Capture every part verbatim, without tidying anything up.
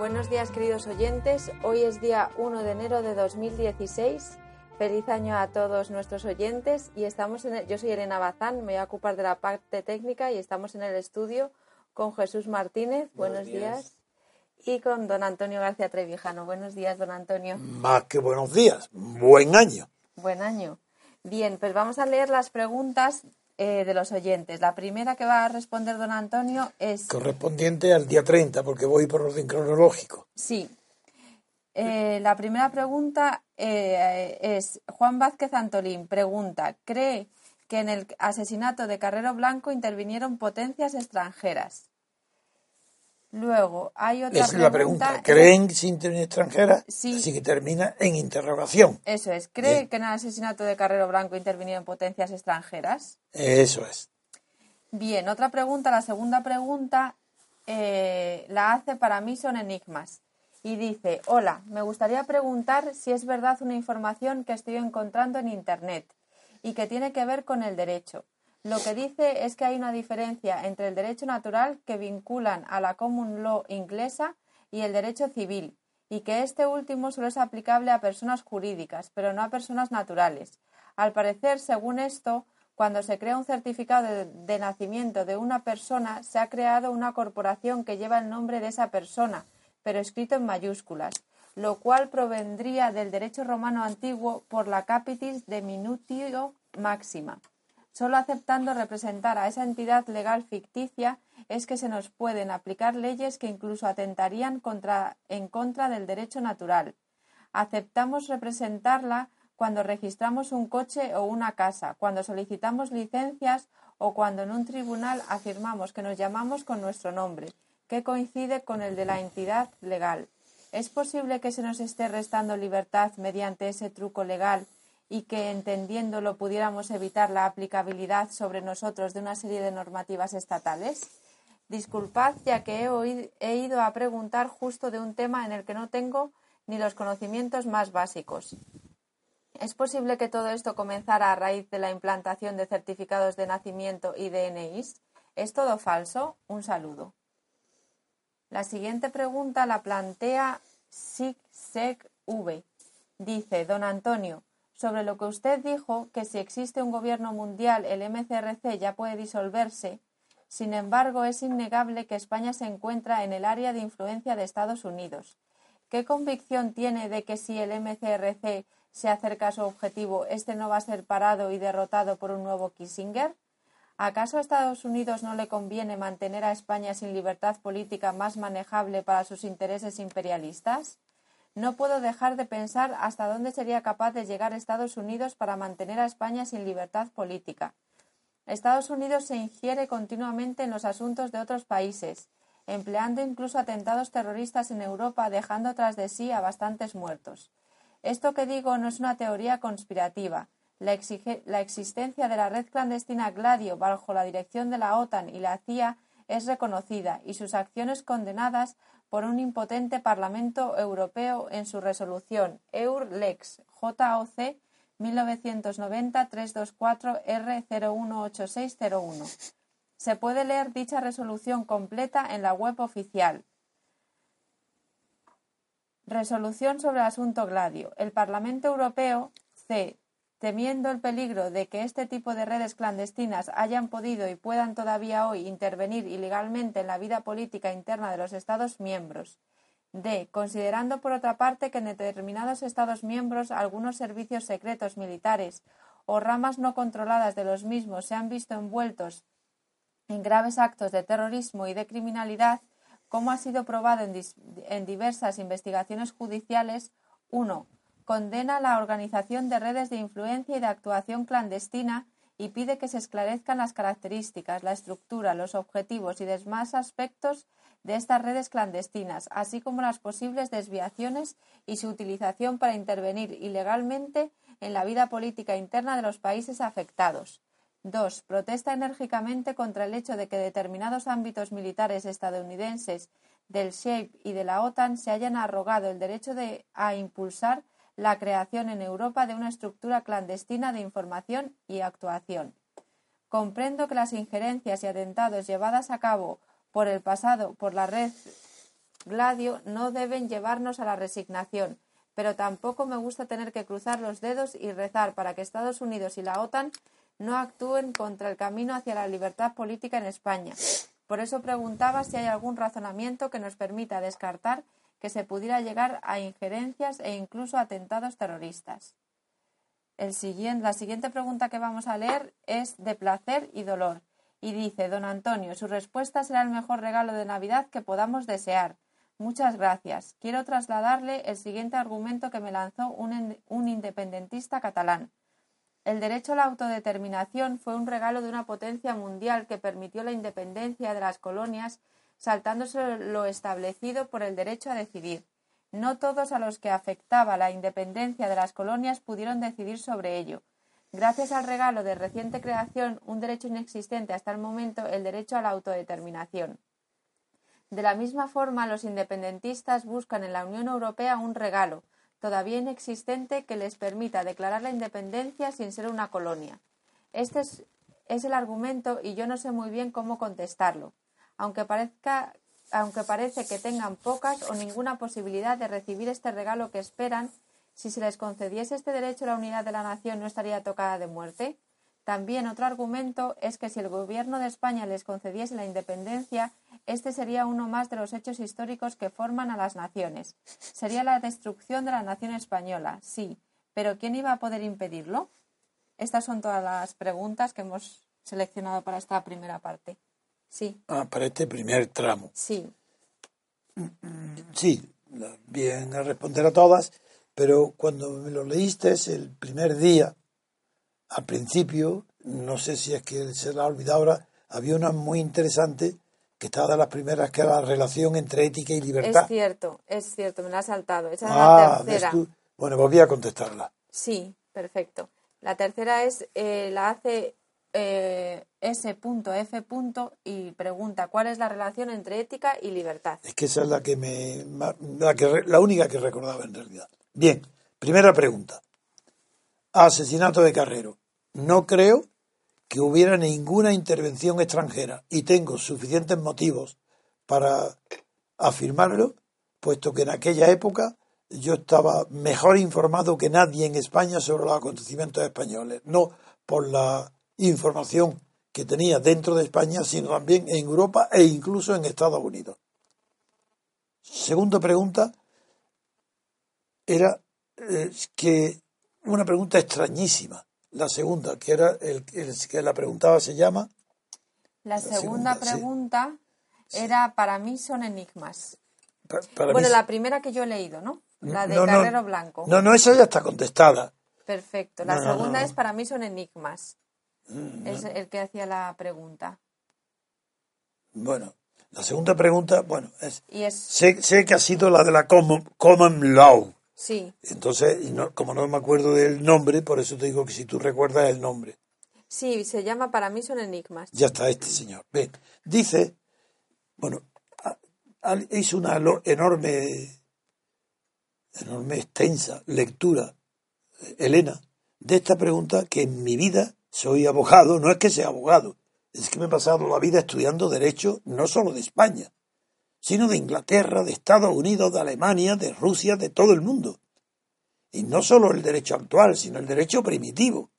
Buenos días, queridos oyentes. Hoy es día uno de enero de dos mil dieciséis. Feliz año a todos nuestros oyentes. Y estamos en el... Yo soy Elena Bazán, me voy a ocupar de la parte técnica y estamos en el estudio con Jesús Martínez. Buenos, Buenos días. días. Y con don Antonio García Trevijano. Buenos días, don Antonio. Más que buenos días. Buen año. Buen año. Bien, pues vamos a leer las preguntas eh, de los oyentes. La primera que va a responder don Antonio es... correspondiente al día treinta, porque voy por orden cronológico. Sí. Eh, la primera pregunta eh, es Juan Vázquez Antolín. Pregunta, ¿cree que en el asesinato de Carrero Blanco intervinieron potencias extranjeras? Luego, hay otra es pregunta. la pregunta. ¿Creen sin intervenir extranjera? Sí. Así que termina en interrogación. Eso es. ¿Cree Bien. que en el asesinato de Carrero Blanco intervinieron potencias extranjeras? Eso es. Bien, otra pregunta. La segunda pregunta eh, la hace Para mí son enigmas. Y dice, hola, me gustaría preguntar si es verdad una información que estoy encontrando en Internet y que tiene que ver con el derecho. Lo que dice es que hay una diferencia entre el derecho natural que vinculan a la common law inglesa y el derecho civil, y que este último solo es aplicable a personas jurídicas, pero no a personas naturales. Al parecer, según esto, cuando se crea un certificado de, de nacimiento de una persona, se ha creado una corporación que lleva el nombre de esa persona, pero escrito en mayúsculas, lo cual provendría del derecho romano antiguo por la capitis de minutio máxima. Solo aceptando representar a esa entidad legal ficticia es que se nos pueden aplicar leyes que incluso atentarían contra, en contra del derecho natural. Aceptamos representarla cuando registramos un coche o una casa, cuando solicitamos licencias o cuando en un tribunal afirmamos que nos llamamos con nuestro nombre, que coincide con el de la entidad legal. ¿Es posible que se nos esté restando libertad mediante ese truco legal y que, entendiéndolo, pudiéramos evitar la aplicabilidad sobre nosotros de una serie de normativas estatales? Disculpad, ya que he, oído, he ido a preguntar justo de un tema en el que no tengo ni los conocimientos más básicos. ¿Es posible que todo esto comenzara a raíz de la implantación de certificados de nacimiento y D N Is? ¿Es todo falso? Un saludo. La siguiente pregunta la plantea SIGSEGV. Dice, don Antonio, sobre lo que usted dijo, que si existe un gobierno mundial el M C R C ya puede disolverse, sin embargo es innegable que España se encuentra en el área de influencia de Estados Unidos. ¿Qué convicción tiene de que si el M C R C se acerca a su objetivo, este no va a ser parado y derrotado por un nuevo Kissinger? ¿Acaso a Estados Unidos no le conviene mantener a España sin libertad política más manejable para sus intereses imperialistas? No puedo dejar de pensar hasta dónde sería capaz de llegar Estados Unidos para mantener a España sin libertad política. Estados Unidos se ingiere continuamente en los asuntos de otros países, empleando incluso atentados terroristas en Europa, dejando tras de sí a bastantes muertos. Esto que digo no es una teoría conspirativa. La, exige, la existencia de la red clandestina Gladio bajo la dirección de la OTAN y la C I A es reconocida y sus acciones condenadas por un impotente Parlamento Europeo en su resolución EUR-Lex J O C mil novecientos noventa trescientos veinticuatro R cero uno ocho seis cero uno. Se puede leer dicha resolución completa en la web oficial. Resolución sobre el asunto Gladio. El Parlamento Europeo C. Temiendo el peligro de que este tipo de redes clandestinas hayan podido y puedan todavía hoy intervenir ilegalmente en la vida política interna de los Estados miembros. D. Considerando por otra parte que en determinados Estados miembros algunos servicios secretos militares o ramas no controladas de los mismos se han visto envueltos en graves actos de terrorismo y de criminalidad, como ha sido probado en, dis- en diversas investigaciones judiciales. uno. Condena la organización de redes de influencia y de actuación clandestina y pide que se esclarezcan las características, la estructura, los objetivos y demás aspectos de estas redes clandestinas, así como las posibles desviaciones y su utilización para intervenir ilegalmente en la vida política interna de los países afectados. dos. Protesta enérgicamente contra el hecho de que determinados ámbitos militares estadounidenses del SHAPE y de la OTAN se hayan arrogado el derecho de, a impulsar la creación en Europa de una estructura clandestina de información y actuación. Comprendo que las injerencias y atentados llevadas a cabo por el pasado por la red Gladio no deben llevarnos a la resignación, pero tampoco me gusta tener que cruzar los dedos y rezar para que Estados Unidos y la OTAN no actúen contra el camino hacia la libertad política en España. Por eso preguntaba si hay algún razonamiento que nos permita descartar que se pudiera llegar a injerencias e incluso atentados terroristas. El siguiente, la siguiente pregunta que vamos a leer es de placer y dolor. Y dice, don Antonio, su respuesta será el mejor regalo de Navidad que podamos desear. Muchas gracias. Quiero trasladarle el siguiente argumento que me lanzó un, un independentista catalán. El derecho a la autodeterminación fue un regalo de una potencia mundial que permitió la independencia de las colonias, saltándose lo establecido por el derecho a decidir. No todos a los que afectaba la independencia de las colonias pudieron decidir sobre ello. Gracias al regalo de reciente creación, un derecho inexistente hasta el momento, el derecho a la autodeterminación. De la misma forma, los independentistas buscan en la Unión Europea un regalo, todavía inexistente, que les permita declarar la independencia sin ser una colonia. Este es, es el argumento y yo no sé muy bien cómo contestarlo, aunque parezca, aunque parece que tengan pocas o ninguna posibilidad de recibir este regalo que esperan. Si se les concediese este derecho, la unidad de la nación no estaría tocada de muerte. También otro argumento es que si el gobierno de España les concediese la independencia, este sería uno más de los hechos históricos que forman a las naciones. Sería la destrucción de la nación española, sí, pero ¿quién iba a poder impedirlo? Estas son todas las preguntas que hemos seleccionado para esta primera parte. Sí. Ah, para este primer tramo. Sí. Sí, bien a responder a todas. Pero cuando me lo leíste el primer día, al principio, no sé si es que se la ha olvidado ahora, había una muy interesante que estaba de las primeras, que era la relación entre ética y libertad. Es cierto, es cierto, me la ha saltado. Esa es ah, la tercera. ¿ves tú? Bueno, volví a contestarla. Sí, perfecto. La tercera es, eh, la hace eh, S F y pregunta, ¿cuál es la relación entre ética y libertad? Es que esa es la que me, la, que, la única que recordaba en realidad. Bien, primera pregunta. Asesinato de Carrero. No creo que hubiera ninguna intervención extranjera y tengo suficientes motivos para afirmarlo, puesto que en aquella época yo estaba mejor informado que nadie en España sobre los acontecimientos españoles, no por la información que tenía dentro de España, sino también en Europa e incluso en Estados Unidos. Segunda pregunta era eh, que una pregunta extrañísima. La segunda, que era el, el que la preguntaba, se llama. La, la segunda, segunda pregunta sí. era, para mí son enigmas. Pa, para bueno, mí... la primera que yo he leído, ¿no? La de no, Carrero no, Blanco. No, no, esa ya está contestada. Perfecto. La no, no, segunda no, no. es, para mí son enigmas. No. Es el que hacía la pregunta. Bueno, la segunda pregunta, bueno, es, y es... Sé, sé que ha sido la de la common, common law. Sí. Entonces, y no, como no me acuerdo del nombre, por eso te digo que si tú recuerdas el nombre. Sí, se llama Para mí son enigmas. Ya está este señor. Bien, dice, bueno, hizo una enorme, enorme, extensa lectura, Elena, de esta pregunta, que en mi vida soy abogado, no es que sea abogado, es que me he pasado la vida estudiando derecho no solo de España, sino de Inglaterra, de Estados Unidos, de Alemania, de Rusia, de todo el mundo. Y no solo el derecho actual, sino el derecho primitivo.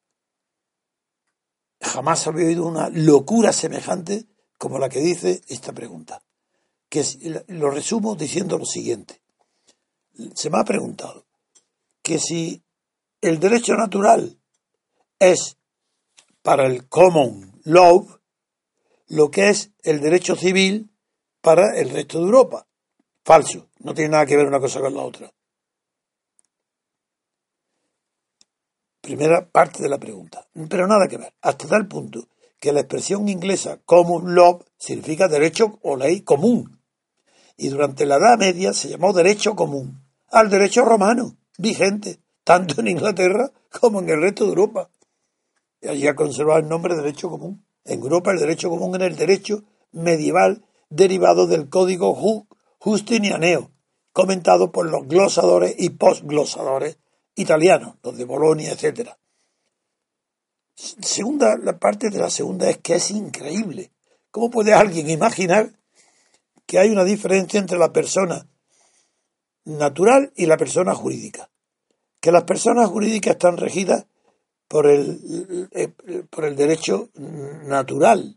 Jamás había oído una locura semejante como la que dice esta pregunta. Que lo resumo diciendo lo siguiente. Se me ha preguntado que si el derecho natural es para el common law lo que es el derecho civil para el resto de Europa. Falso, no tiene nada que ver una cosa con la otra. Primera parte de la pregunta, pero nada que ver, hasta tal punto que la expresión inglesa common law significa derecho o ley común, y durante la Edad Media se llamó derecho común al derecho romano, vigente, tanto en Inglaterra como en el resto de Europa. Y allí ha conservado el nombre de derecho común. En Europa el derecho común era el derecho medieval derivado del código justinianeo, comentado por los glosadores y postglosadores italianos, los de Bolonia, etcétera. Segunda, la parte de la segunda es que es increíble. ¿Cómo puede alguien imaginar que hay una diferencia entre la persona natural y la persona jurídica. Que las personas jurídicas están regidas por el, por el derecho natural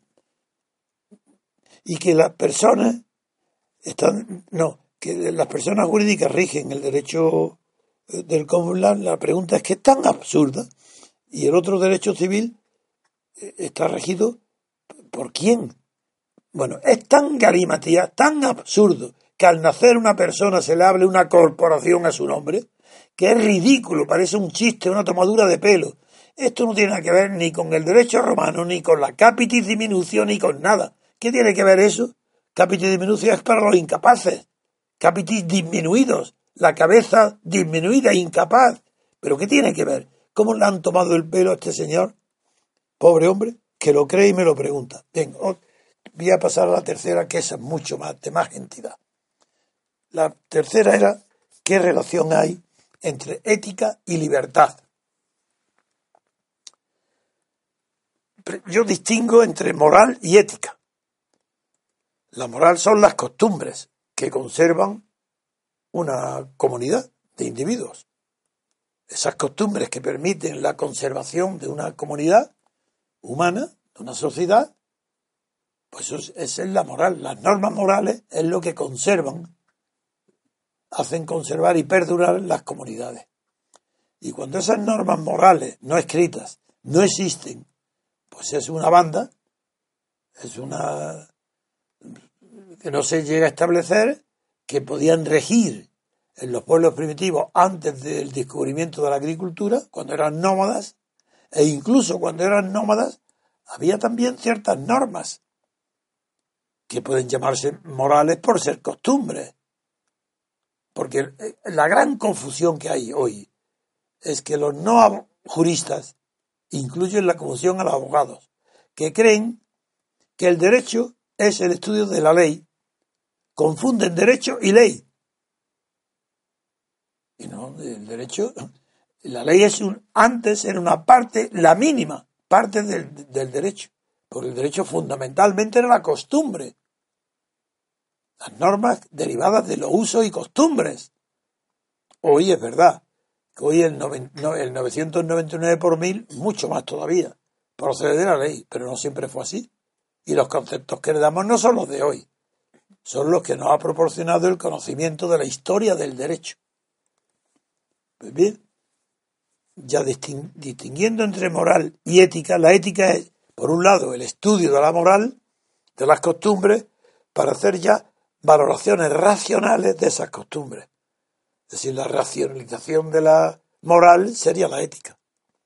y que las personas están, no, que las personas jurídicas rigen el derecho del common law. La pregunta es que es tan absurda, y el otro derecho civil está regido ¿por quién? Bueno, es tan galimatías, tan absurdo, que al nacer una persona se le hable una corporación a su nombre, que es ridículo, parece un chiste, una tomadura de pelo. Esto no tiene nada que ver ni con el derecho romano, ni con la capitis diminutio, ni con nada. ¿Qué tiene que ver eso? Capitis diminutio es para los incapaces. Capitis disminuidos, la cabeza disminuida, incapaz. ¿Pero qué tiene que ver? ¿Cómo le han tomado el pelo a este señor? Pobre hombre, que lo cree y me lo pregunta. Bien, voy a pasar a la tercera, que es mucho más, de más entidad. La tercera era, ¿qué relación hay entre ética y libertad? Yo distingo entre moral y ética. La moral son las costumbres que conservan una comunidad de individuos. Esas costumbres que permiten la conservación de una comunidad humana, de una sociedad, pues eso, esa es la moral. Las normas morales es lo que conservan, hacen conservar y perdurar las comunidades. Y cuando esas normas morales no escritas no existen, pues es una banda, es una que no se llega a establecer, que podían regir en los pueblos primitivos antes del descubrimiento de la agricultura, cuando eran nómadas, e incluso cuando eran nómadas había también ciertas normas que pueden llamarse morales por ser costumbres. Porque la gran confusión que hay hoy es que los no juristas incluyen la confusión a los abogados, que creen que el derecho es el estudio de la ley, confunden derecho y ley. Y no, el derecho, la ley es un, antes era una parte, la mínima parte del, del derecho, porque el derecho fundamentalmente era la costumbre, las normas derivadas de los usos y costumbres. Hoy es verdad que hoy el, noven, no, el novecientos noventa y nueve por mil, mucho más todavía, procede de la ley, pero no siempre fue así. Y los conceptos que le damos no son los de hoy, son los que nos ha proporcionado el conocimiento de la historia del derecho. Pues bien, ya disting, distinguiendo entre moral y ética, la ética es, por un lado, el estudio de la moral, de las costumbres, para hacer ya valoraciones racionales de esas costumbres. Es decir, la racionalización de la moral sería la ética.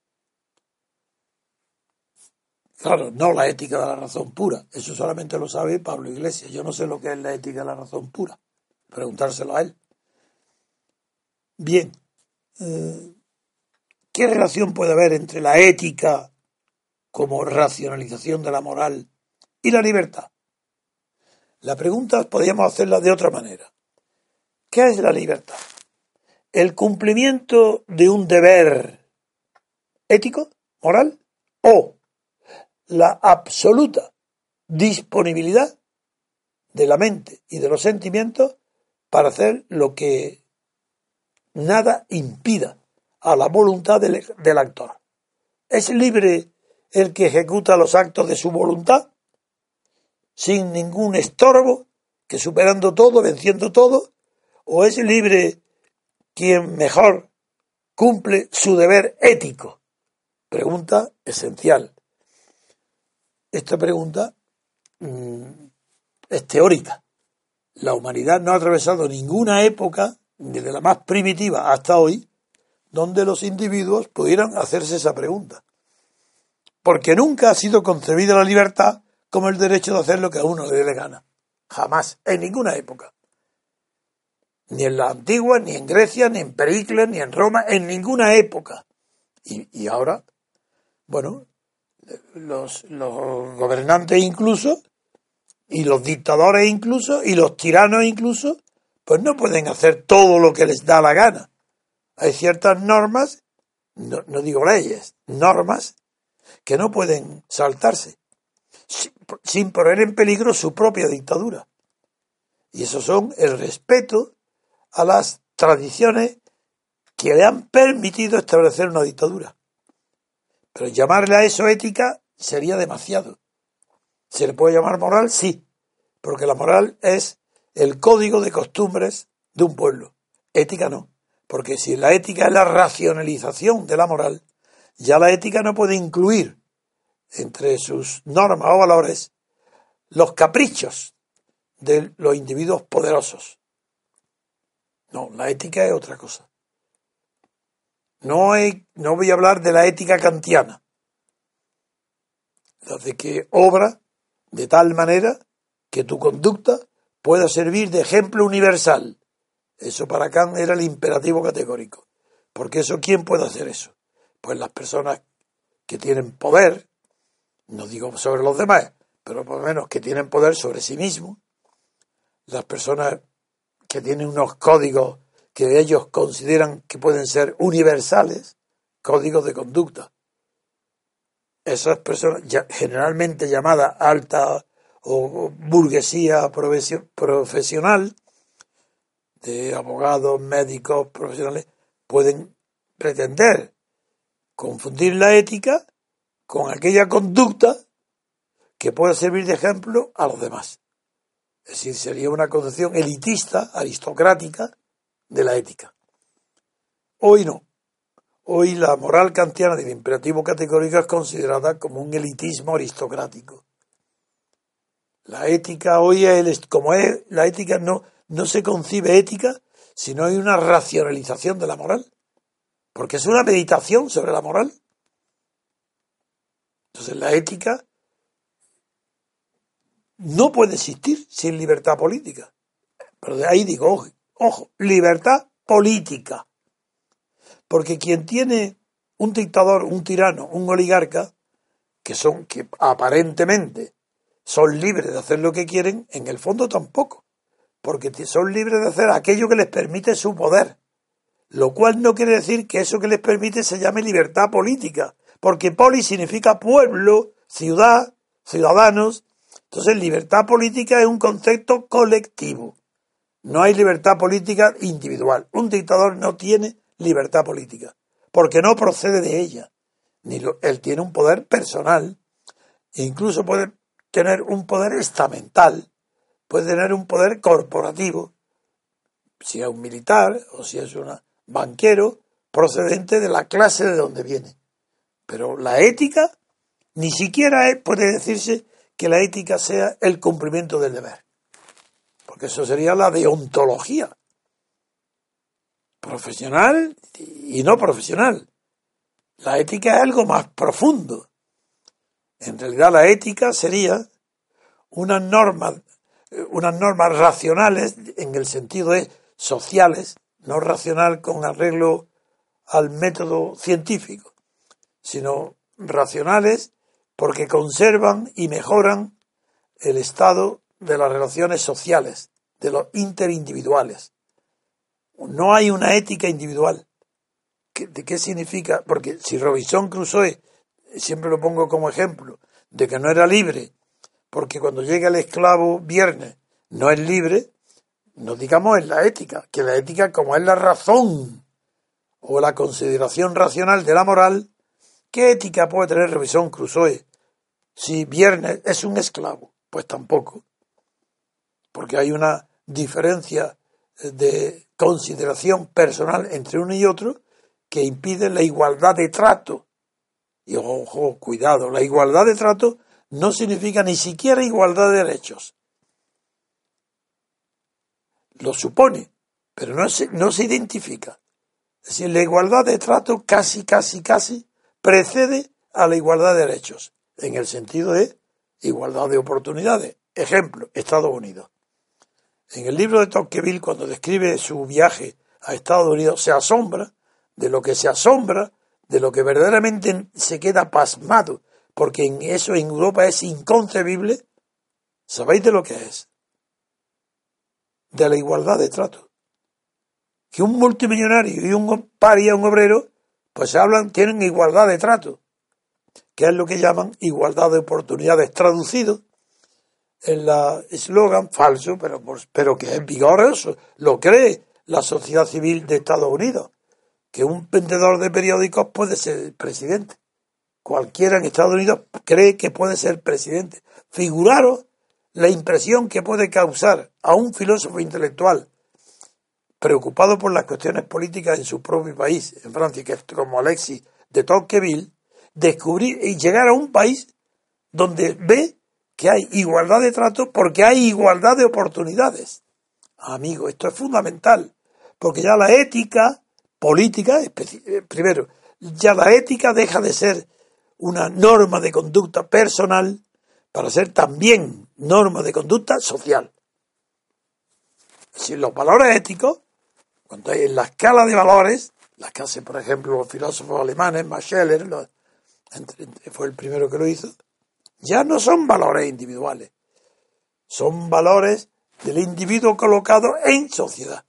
Claro, no la ética de la razón pura. Eso solamente lo sabe Pablo Iglesias. Yo no sé lo que es la ética de la razón pura. Preguntárselo a él. Bien. Eh, ¿Qué relación puede haber entre la ética como racionalización de la moral y la libertad? La pregunta podríamos hacerla de otra manera. ¿Qué es la libertad? ¿El cumplimiento de un deber ético, moral, o la absoluta disponibilidad de la mente y de los sentimientos para hacer lo que nada impida a la voluntad del, del actor? ¿Es libre el que ejecuta los actos de su voluntad sin ningún estorbo, que superando todo, venciendo todo? ¿O es libre quien mejor cumple su deber ético? Pregunta esencial. Esta pregunta mmm, es teórica. La humanidad no ha atravesado ninguna época, desde la más primitiva hasta hoy, donde los individuos pudieran hacerse esa pregunta. Porque nunca ha sido concebida la libertad como el derecho de hacer lo que a uno le dé la gana. Jamás, en ninguna época. Ni en la antigua, ni en Grecia, ni en Pericles, ni en Roma, en ninguna época. Y, y ahora, bueno, los, los gobernantes incluso, y los dictadores incluso, y los tiranos incluso, pues no pueden hacer todo lo que les da la gana. Hay ciertas normas, no, no digo leyes, normas, que no pueden saltarse, sin, sin poner en peligro su propia dictadura. Y eso son el respeto a las tradiciones que le han permitido establecer una dictadura. Pero llamarle a eso ética sería demasiado. ¿Se le puede llamar moral? Sí, porque la moral es el código de costumbres de un pueblo. Ética no, porque si la ética es la racionalización de la moral, ya la ética no puede incluir entre sus normas o valores los caprichos de los individuos poderosos. No, la ética es otra cosa. No, hay, no voy a hablar de la ética kantiana, la de que obra de tal manera que tu conducta pueda servir de ejemplo universal. Eso para Kant era el imperativo categórico. Porque eso, ¿quién puede hacer eso? Pues las personas que tienen poder, no digo sobre los demás, pero por lo menos que tienen poder sobre sí mismos, las personas que tienen unos códigos que ellos consideran que pueden ser universales, códigos de conducta. Esas personas, ya, generalmente llamadas alta o burguesía profesional, de abogados, médicos, profesionales, pueden pretender confundir la ética con aquella conducta que pueda servir de ejemplo a los demás. Es decir, sería una concepción elitista, aristocrática, de la ética. Hoy no. Hoy la moral kantiana del imperativo categórico es considerada como un elitismo aristocrático. La ética hoy es, como es, la ética no, no se concibe ética si no hay una racionalización de la moral, porque es una meditación sobre la moral. Entonces la ética no puede existir sin libertad política. Pero de ahí digo, ojo, ojo, libertad política. Porque quien tiene un dictador, un tirano, un oligarca, que son, que aparentemente son libres de hacer lo que quieren, en el fondo tampoco. Porque son libres de hacer aquello que les permite su poder. Lo cual no quiere decir que eso que les permite se llame libertad política. Porque poli significa pueblo, ciudad, ciudadanos. Entonces libertad política es un concepto colectivo. No hay libertad política individual. Un dictador no tiene libertad política, porque no procede de ella. Ni lo, él tiene un poder personal, e incluso puede tener un poder estamental, puede tener un poder corporativo, si es un militar o si es un banquero, procedente de la clase de donde viene. Pero la ética, ni siquiera es, puede decirse que la ética sea el cumplimiento del deber, porque eso sería la deontología profesional y no profesional. La ética es algo más profundo. En realidad la ética sería unas normas, unas normas racionales en el sentido de sociales, no racional con arreglo al método científico, sino racionales porque conservan y mejoran el estado de las relaciones sociales, de los interindividuales. No hay una ética individual. ¿De qué significa? Porque si Robinson Crusoe, siempre lo pongo como ejemplo, de que no era libre, porque cuando llega el esclavo viernes no es libre, no digamos en la ética, que la ética como es la razón o la consideración racional de la moral, ¿qué ética puede tener Robinson Crusoe si viernes es un esclavo? Pues tampoco, porque hay una diferencia de consideración personal entre uno y otro que impide la igualdad de trato. Y ojo, cuidado, la igualdad de trato no significa ni siquiera igualdad de derechos. Lo supone, pero no se, no se identifica. Es decir, la igualdad de trato casi, casi, casi precede a la igualdad de derechos, en el sentido de igualdad de oportunidades. Ejemplo, Estados Unidos. En el libro de Tocqueville, cuando describe su viaje a Estados Unidos, se asombra de lo que se asombra, de lo que verdaderamente se queda pasmado, porque en eso en Europa es inconcebible. ¿Sabéis de lo que es? De la igualdad de trato. Que un multimillonario y un paria, un obrero, pues hablan, tienen igualdad de trato, que es lo que llaman igualdad de oportunidades. Traducido, el eslogan falso, pero, pero que es vigoroso, lo cree la sociedad civil de Estados Unidos, que un vendedor de periódicos puede ser presidente. Cualquiera en Estados Unidos cree que puede ser presidente. Figuraros la impresión que puede causar a un filósofo intelectual preocupado por las cuestiones políticas en su propio país, en Francia, que es como Alexis de Tocqueville, descubrir y llegar a un país donde ve que hay igualdad de trato porque hay igualdad de oportunidades. Amigo, esto es fundamental, porque ya la ética política, primero, ya la ética deja de ser una norma de conducta personal para ser también norma de conducta social. Si los valores éticos, cuando hay en la escala de valores, las que hacen, por ejemplo, los filósofos alemanes, Max Scheler, los, fue el primero que lo hizo, ya no son valores individuales, son valores del individuo colocado en sociedad.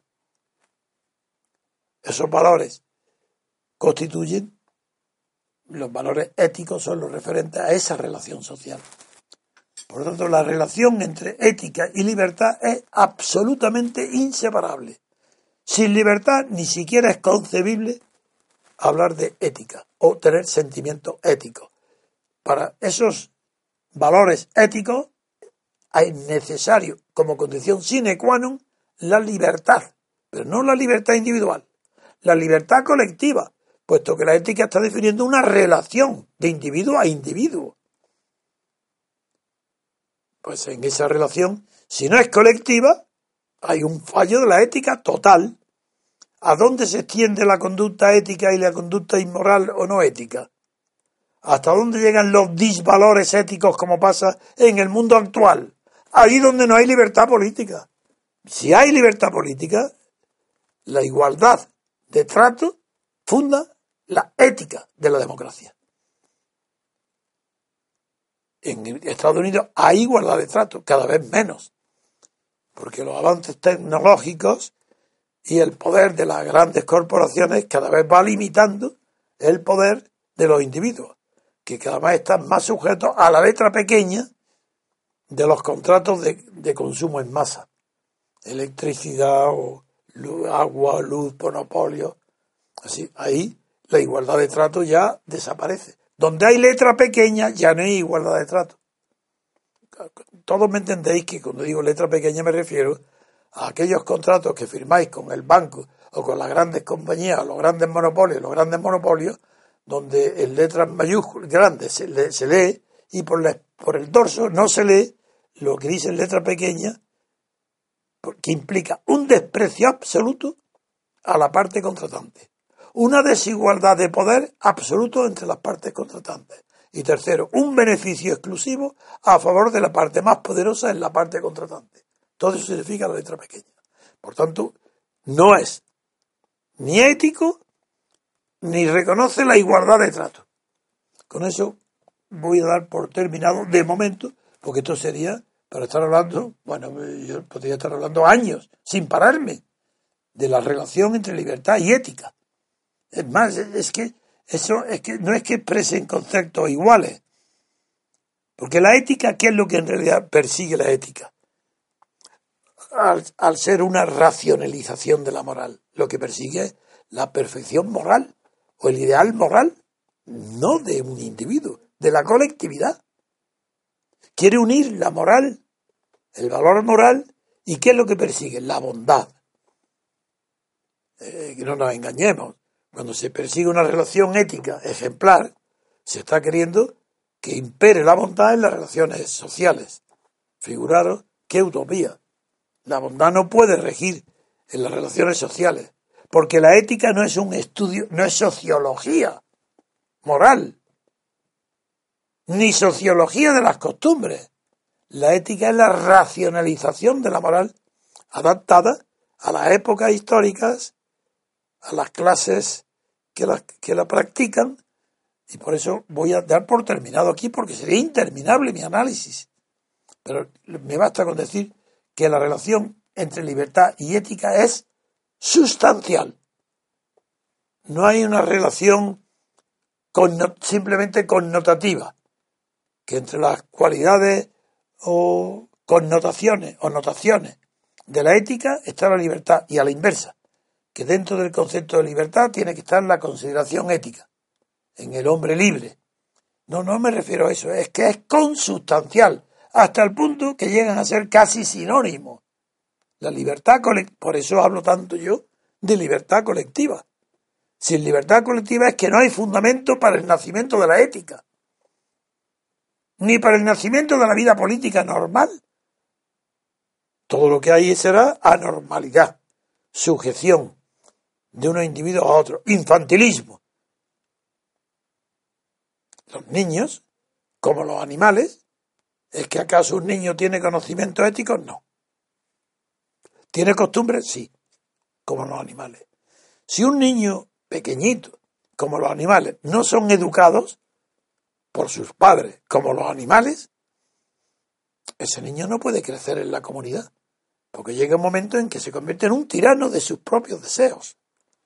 Esos valores constituyen, los valores éticos son los referentes a esa relación social. Por lo tanto, la relación entre ética y libertad es absolutamente inseparable. Sin libertad ni siquiera es concebible hablar de ética o tener sentimientos éticos. Para esos valores éticos es necesario, como condición sine qua non, la libertad, pero no la libertad individual, la libertad colectiva, puesto que la ética está definiendo una relación de individuo a individuo. Pues en esa relación, si no es colectiva, hay un fallo de la ética total. ¿A dónde se extiende la conducta ética y la conducta inmoral o no ética? ¿Hasta dónde llegan los disvalores éticos como pasa en el mundo actual? Ahí donde no hay libertad política. Si hay libertad política, la igualdad de trato funda la ética de la democracia. En Estados Unidos hay igualdad de trato, cada vez menos, porque los avances tecnológicos y el poder de las grandes corporaciones cada vez va limitando el poder de los individuos, que cada vez están más sujetos a la letra pequeña de los contratos de, de consumo en masa, electricidad o luz, agua, luz, monopolio. Así, ahí la igualdad de trato ya desaparece. Donde hay letra pequeña ya no hay igualdad de trato. Todos me entendéis que cuando digo letra pequeña me refiero a aquellos contratos que firmáis con el banco o con las grandes compañías, los grandes monopolios, los grandes monopolios, donde en letras mayúsculas grandes se, le, se lee y por, la, por el dorso no se lee lo que dice en letra pequeña, que implica un desprecio absoluto a la parte contratante, una desigualdad de poder absoluto entre las partes contratantes y tercero, un beneficio exclusivo a favor de la parte más poderosa en la parte contratante. Todo eso significa la letra pequeña. Por tanto, no es ni ético ni reconoce la igualdad de trato. Con eso voy a dar por terminado de momento, porque esto sería para estar hablando, bueno, yo podría estar hablando años sin pararme de la relación entre libertad y ética. Es más, es que eso es que no es que expresen conceptos iguales, porque la ética, ¿qué es lo que en realidad persigue la ética? Al, al ser una racionalización de la moral, lo que persigue es la perfección moral o el ideal moral, no de un individuo, de la colectividad. Quiere unir la moral, el valor moral, ¿y qué es lo que persigue? La bondad. Eh, que no nos engañemos. Cuando se persigue una relación ética ejemplar, se está queriendo que impere la bondad en las relaciones sociales. Figuraros qué utopía. La bondad no puede regir en las relaciones sociales, porque la ética no es un estudio, no es sociología moral, ni sociología de las costumbres. La ética es la racionalización de la moral adaptada a las épocas históricas, a las clases que la, que la practican, y por eso voy a dar por terminado aquí, porque sería interminable mi análisis. Pero me basta con decir que la relación entre libertad y ética es sustancial. No hay una relación conno- simplemente connotativa, que entre las cualidades o connotaciones o notaciones de la ética está la libertad, y a la inversa, que dentro del concepto de libertad tiene que estar la consideración ética, en el hombre libre. No, no me refiero a eso, es que es consustancial, hasta el punto que llegan a ser casi sinónimos. La libertad colectiva, por eso hablo tanto yo de libertad colectiva. Sin libertad colectiva es que no hay fundamento para el nacimiento de la ética, ni para el nacimiento de la vida política normal. Todo lo que hay será anormalidad, sujeción de unos individuos a otros, infantilismo. Los niños, como los animales, ¿es que acaso un niño tiene conocimientos éticos? No. ¿Tiene costumbres? Sí, como los animales. Si un niño pequeñito, como los animales, no son educados por sus padres, como los animales, ese niño no puede crecer en la comunidad, porque llega un momento en que se convierte en un tirano de sus propios deseos.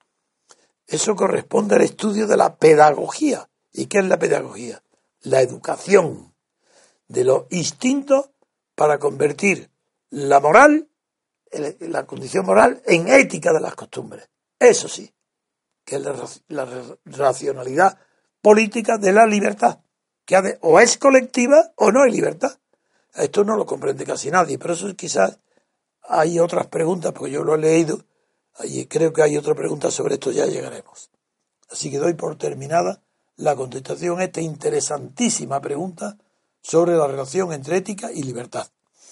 Eso corresponde al estudio de la pedagogía. ¿Y qué es la pedagogía? La educación de los instintos para convertir la moral, la condición moral, en ética de las costumbres. Eso sí, que es la, la racionalidad política de la libertad, que ha de, o es colectiva o no es libertad. Esto no lo comprende casi nadie, pero eso quizás hay otras preguntas, porque yo lo he leído, y creo que hay otra pregunta sobre esto, ya llegaremos. Así que doy por terminada la contestación a esta interesantísima pregunta sobre la relación entre ética y libertad.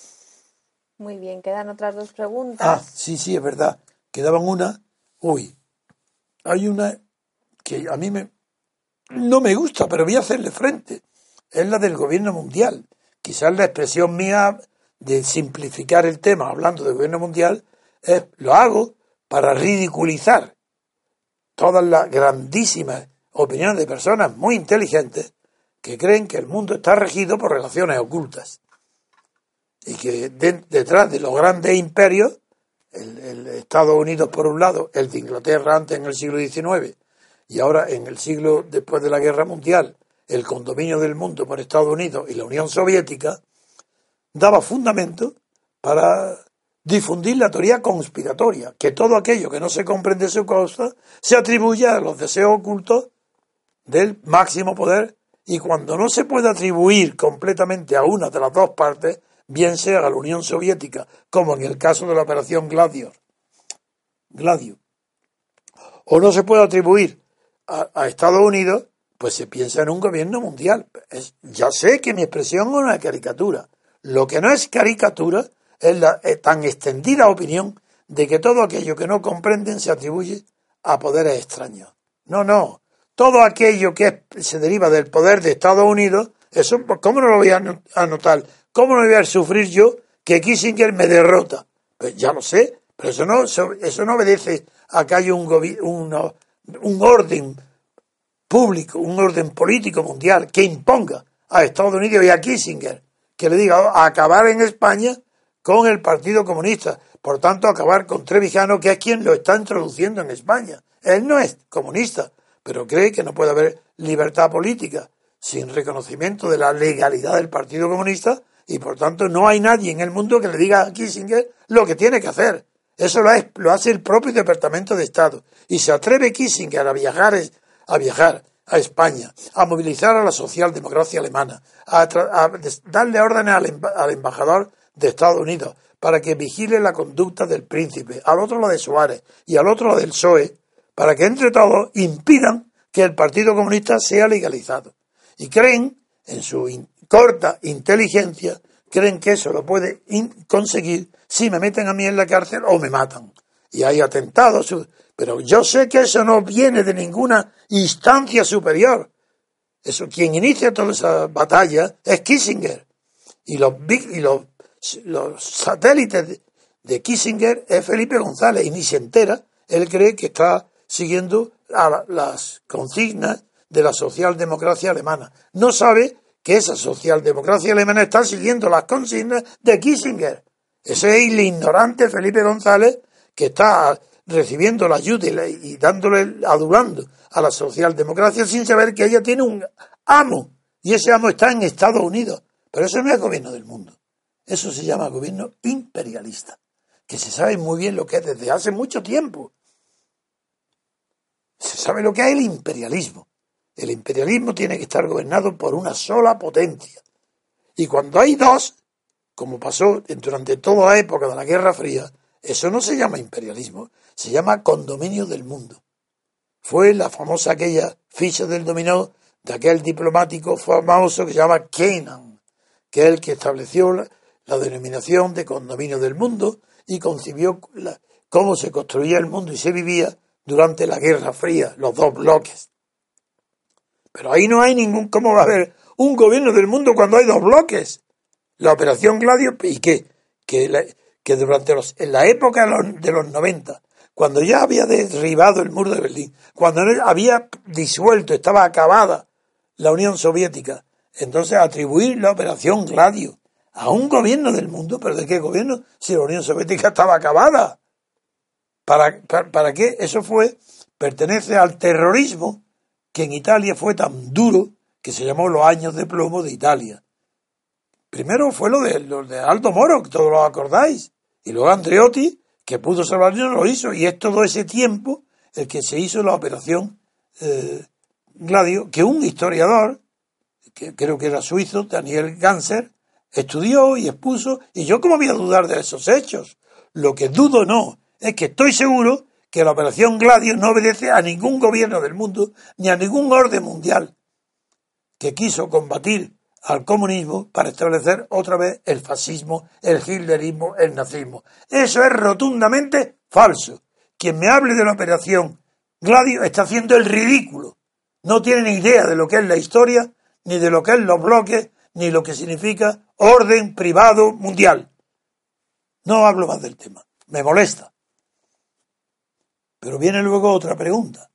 Muy bien, quedan otras dos preguntas. Ah, sí, sí, es verdad. Quedaban una. Uy, hay una que a mí me no me gusta, pero voy a hacerle frente. Es la del gobierno mundial. Quizás la expresión mía de simplificar el tema hablando del gobierno mundial es, lo hago para ridiculizar todas las grandísimas opiniones de personas muy inteligentes que creen que el mundo está regido por relaciones ocultas y que de, detrás de los grandes imperios, el, el Estados Unidos por un lado, el de Inglaterra antes en el siglo diecinueve y ahora en el siglo después de la Guerra Mundial, el condominio del mundo por Estados Unidos y la Unión Soviética, daba fundamento para difundir la teoría conspiratoria, que todo aquello que no se comprende su causa se atribuye a los deseos ocultos del máximo poder, y cuando no se puede atribuir completamente a una de las dos partes, bien sea a la Unión Soviética, como en el caso de la operación Gladio, Gladio o no se puede atribuir a, a Estados Unidos, pues se piensa en un gobierno mundial. Es, ya sé que mi expresión es una caricatura. Lo que no es caricatura es la es tan extendida opinión de que todo aquello que no comprenden se atribuye a poderes extraños. No, no. Todo aquello que es, se deriva del poder de Estados Unidos, eso, ¿cómo no lo voy a anotar? ¿Cómo no voy a sufrir yo que Kissinger me derrota? Pues ya lo sé, pero eso no, eso, eso no obedece a que haya un, un, un orden público, un orden político mundial que imponga a Estados Unidos y a Kissinger, que le diga a acabar en España con el Partido Comunista, por tanto acabar con Trevijano, que es quien lo está introduciendo en España. Él no es comunista, pero cree que no puede haber libertad política sin reconocimiento de la legalidad del Partido Comunista, y por tanto no hay nadie en el mundo que le diga a Kissinger lo que tiene que hacer. Eso lo, es, lo hace el propio Departamento de Estado. Y se atreve Kissinger a viajar, a viajar a España, a movilizar a la socialdemocracia alemana, a, a darle órdenes al, al embajador de Estados Unidos para que vigile la conducta del príncipe, al otro la de Suárez y al otro la del P S O E, para que entre todos impidan que el Partido Comunista sea legalizado. Y creen, en su in, corta inteligencia, creen que eso lo puede in, conseguir si me meten a mí en la cárcel o me matan. Y hay atentados, pero yo sé que eso no viene de ninguna instancia superior. Eso, quien inicia toda esa batalla es Kissinger. Y los, y los, los satélites de, de Kissinger es Felipe González, y ni se entera. Él cree que está siguiendo a la, las consignas de la socialdemocracia alemana. No sabe que esa socialdemocracia alemana está siguiendo las consignas de Kissinger. Ese es el ignorante Felipe González que está recibiendo la ayuda y, la, y dándole, adulando a la socialdemocracia sin saber que ella tiene un amo, y ese amo está en Estados Unidos. Pero eso no es gobierno del mundo. Eso se llama gobierno imperialista, que se sabe muy bien lo que es desde hace mucho tiempo. Se sabe lo que es el imperialismo. El imperialismo tiene que estar gobernado por una sola potencia. Y cuando hay dos, como pasó durante toda la época de la Guerra Fría, eso no se llama imperialismo, se llama condominio del mundo. Fue la famosa aquella ficha del dominó de aquel diplomático famoso que se llama Kennan, que es el que estableció la, la denominación de condominio del mundo y concibió la, cómo se construía el mundo y se vivía durante la Guerra Fría, los dos bloques. Pero ahí no hay ningún... ¿Cómo va a haber un gobierno del mundo cuando hay dos bloques? La Operación Gladio, ¿y qué? Que, la, que durante los, en la época de los, de los noventa, cuando ya había derribado el muro de Berlín, cuando había disuelto, estaba acabada la Unión Soviética, entonces atribuir la Operación Gladio a un gobierno del mundo, ¿pero de qué gobierno? Si la Unión Soviética estaba acabada. ¿Para, para, para qué? Eso fue, pertenece al terrorismo que en Italia fue tan duro que se llamó los años de plomo de Italia. Primero fue lo de, lo de Aldo Moro, que todos lo acordáis, y luego Andreotti, que pudo salvarlo, lo hizo, y es todo ese tiempo el que se hizo la operación eh, Gladio, que un historiador, que creo que era suizo, Daniel Ganser, estudió y expuso, y yo cómo voy a dudar de esos hechos. Lo que dudo no, es que estoy seguro que la operación Gladio no obedece a ningún gobierno del mundo, ni a ningún orden mundial que quiso combatir al comunismo para establecer otra vez el fascismo, el hitlerismo, el nazismo. Eso es rotundamente falso. Quien me hable de la operación Gladio está haciendo el ridículo. No tiene ni idea de lo que es la historia, ni de lo que es los bloques, ni lo que significa orden privado mundial. No hablo más del tema. Me molesta. Pero viene luego otra pregunta,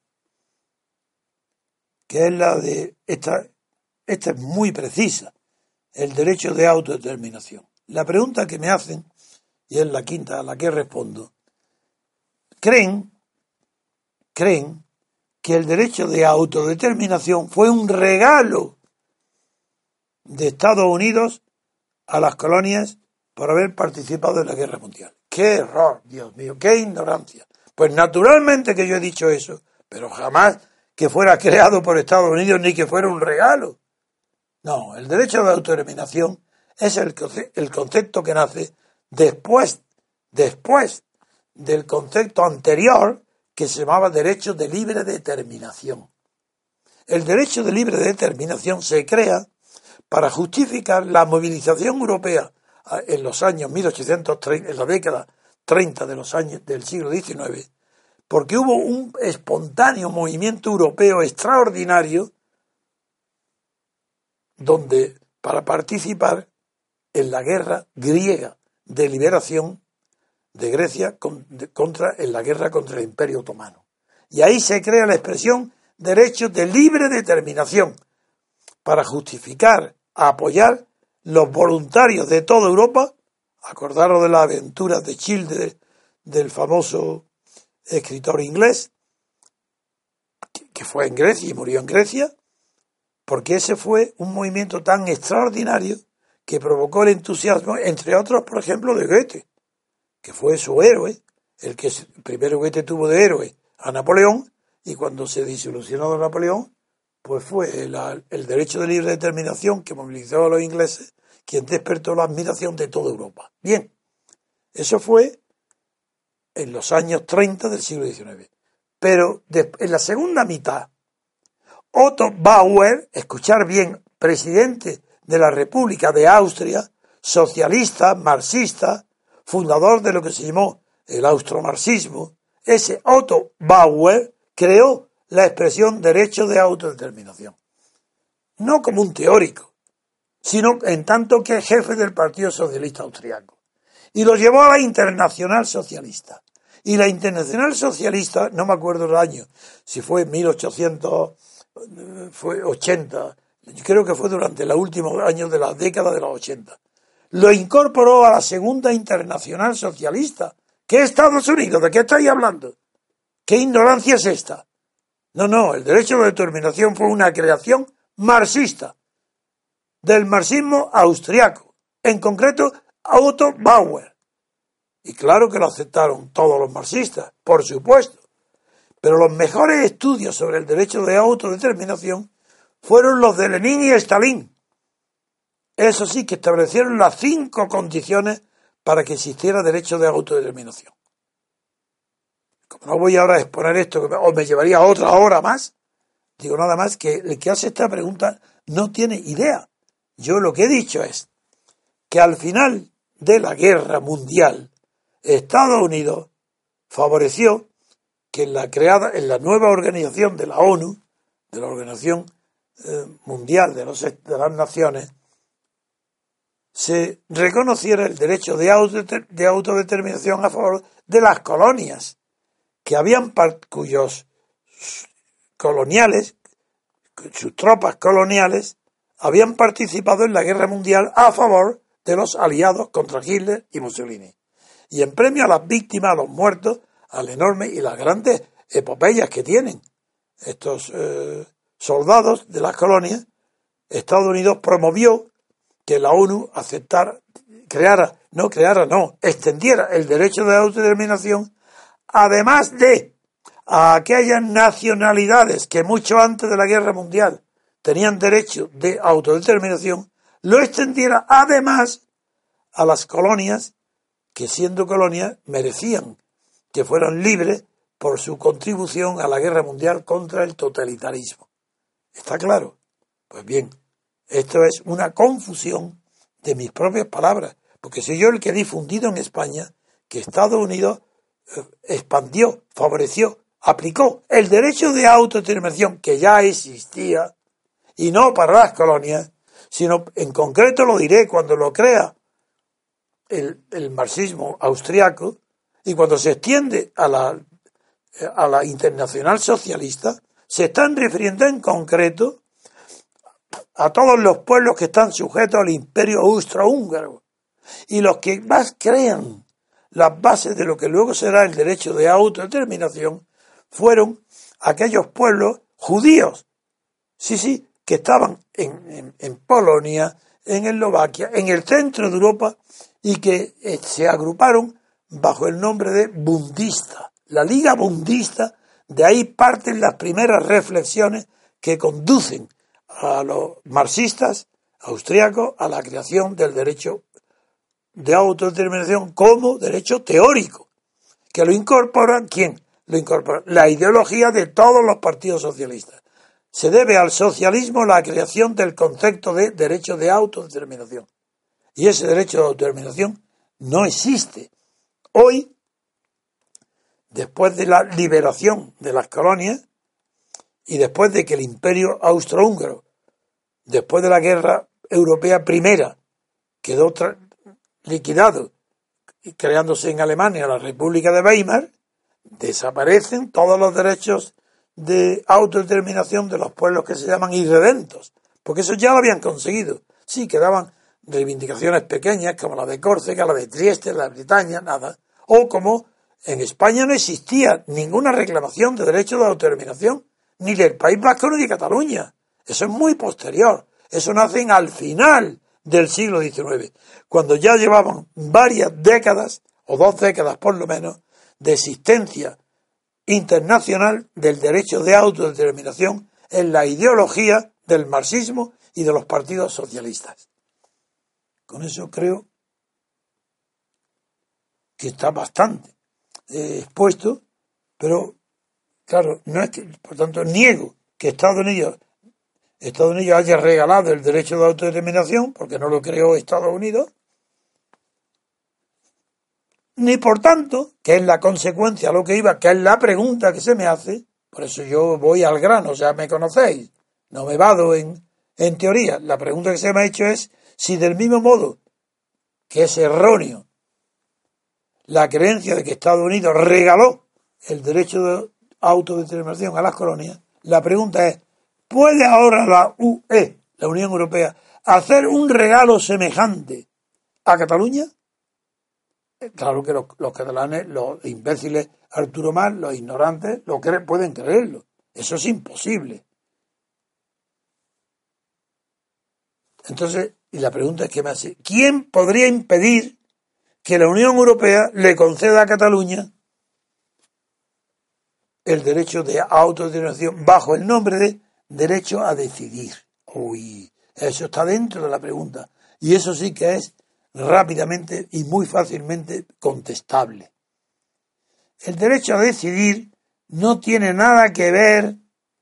que es la de esta. Esta es muy precisa, el derecho de autodeterminación. La pregunta que me hacen, y es la quinta a la que respondo, creen, creen que el derecho de autodeterminación fue un regalo de Estados Unidos a las colonias por haber participado en la Guerra Mundial. ¡Qué error, Dios mío! ¡Qué ignorancia! Pues naturalmente que yo he dicho eso, pero jamás que fuera creado por Estados Unidos ni que fuera un regalo. No, el derecho de autodeterminación es el, el concepto que nace después, después del concepto anterior que se llamaba derecho de libre determinación. El derecho de libre determinación se crea para justificar la movilización europea en los años mil ochocientos treinta, en la década treinta de los años del siglo diecinueve, porque hubo un espontáneo movimiento europeo extraordinario donde para participar en la guerra griega de liberación de Grecia contra, en la guerra contra el Imperio Otomano. Y ahí se crea la expresión derecho de libre determinación para justificar, apoyar los voluntarios de toda Europa. Acordaros de las aventuras de Childe, del famoso escritor inglés, que fue en Grecia y murió en Grecia, porque ese fue un movimiento tan extraordinario que provocó el entusiasmo, entre otros, por ejemplo, de Goethe, que fue su héroe, el que primero Goethe tuvo de héroe a Napoleón, y cuando se desilusionó de Napoleón, pues fue la, el derecho de libre determinación que movilizó a los ingleses, quien despertó la admiración de toda Europa. Bien, eso fue en los años treinta del siglo diecinueve. Pero de, en la segunda mitad, Otto Bauer, escuchar bien, presidente de la República de Austria, socialista, marxista, fundador de lo que se llamó el austromarxismo, ese Otto Bauer creó la expresión derecho de autodeterminación. No como un teórico, sino en tanto que jefe del Partido Socialista Austriaco. Y lo llevó a la Internacional Socialista. Y la Internacional Socialista, no me acuerdo el año, si fue mil ochocientos ochenta, creo que fue durante los últimos años de la década de los ochenta, lo incorporó a la Segunda Internacional Socialista. ¿Qué Estados Unidos? ¿De qué estáis hablando? ¿Qué ignorancia es esta? No, no, el derecho de determinación fue una creación marxista, del marxismo austriaco, en concreto Otto Bauer. Y claro que lo aceptaron todos los marxistas, por supuesto. Pero los mejores estudios sobre el derecho de autodeterminación fueron los de Lenin y Stalin. Eso sí, que establecieron las cinco condiciones para que existiera derecho de autodeterminación. Como no voy ahora a exponer esto, o me llevaría otra hora más, digo nada más que el que hace esta pregunta no tiene idea. Yo lo que he dicho es que al final de la guerra mundial, Estados Unidos favoreció que en la creada, en la nueva organización de la ONU, de la Organización eh, Mundial de, los, de las Naciones, se reconociera el derecho de, auto, de autodeterminación a favor de las colonias, que habían cuyos coloniales, sus tropas coloniales, habían participado en la guerra mundial a favor de los aliados contra Hitler y Mussolini. Y en premio a las víctimas, a los muertos, al enorme y las grandes epopeyas que tienen estos eh, soldados de las colonias, Estados Unidos promovió que la ONU aceptara, creara, no creara, no, extendiera el derecho de autodeterminación, además de a aquellas nacionalidades que mucho antes de la guerra mundial tenían derecho de autodeterminación, lo extendiera además a las colonias que, siendo colonias, merecían que fueran libres por su contribución a la guerra mundial contra el totalitarismo. ¿Está claro? Pues bien, esto es una confusión de mis propias palabras, porque soy yo el que he difundido en España que Estados Unidos expandió, favoreció, aplicó el derecho de autodeterminación que ya existía, y no para las colonias, sino en concreto lo diré cuando lo crea el, el marxismo austriaco, y cuando se extiende a la, a la internacional socialista, se están refiriendo en concreto a todos los pueblos que están sujetos al imperio austrohúngaro, y los que más crean las bases de lo que luego será el derecho de autodeterminación fueron aquellos pueblos judíos, sí, sí, que estaban en, en, en Polonia, en Eslovaquia, en el centro de Europa, y que eh, se agruparon bajo el nombre de Bundista, la Liga Bundista. De ahí parten las primeras reflexiones que conducen a los marxistas austriacos a la creación del derecho de autodeterminación como derecho teórico, que lo incorporan, ¿quién? Lo incorpora la ideología de todos los partidos socialistas. Se debe al socialismo la creación del concepto de derecho de autodeterminación. Y ese derecho de autodeterminación no existe. Hoy, después de la liberación de las colonias y después de que el imperio austrohúngaro, después de la guerra europea primera, quedó tra- liquidado, y creándose en Alemania la República de Weimar, desaparecen todos los derechos de autodeterminación de los pueblos que se llaman irredentos, porque eso ya lo habían conseguido. Sí, quedaban reivindicaciones pequeñas como la de Córcega, la de Trieste, la de Bretaña, nada. O como en España no existía ninguna reclamación de derecho de autodeterminación, ni del País Vasco ni de Cataluña. Eso es muy posterior. Eso nace al final del siglo diecinueve, cuando ya llevaban varias décadas, o dos décadas por lo menos, de existencia internacional del derecho de autodeterminación en la ideología del marxismo y de los partidos socialistas. Con eso creo que está bastante eh, expuesto, pero claro, no es que, por tanto, niego que Estados Unidos Estados Unidos haya regalado el derecho de autodeterminación, porque no lo creó Estados Unidos, ni por tanto, que es la consecuencia a lo que iba, que es la pregunta que se me hace, por eso yo voy al grano, o sea, me conocéis, no me vado en, en teoría. La pregunta que se me ha hecho es si del mismo modo que es erróneo la creencia de que Estados Unidos regaló el derecho de autodeterminación a las colonias, la pregunta es, ¿puede ahora la U E, la Unión Europea, hacer un regalo semejante a Cataluña? Claro que los, los catalanes, los imbéciles, Arturo Mas, los ignorantes, lo creen, pueden creerlo. Eso es imposible. Entonces, y la pregunta es que me hace, ¿quién podría impedir que la Unión Europea le conceda a Cataluña el derecho de autodeterminación bajo el nombre de derecho a decidir. Uy, eso está dentro de la pregunta. Y eso sí que es rápidamente y muy fácilmente contestable. El derecho a decidir no tiene nada que ver.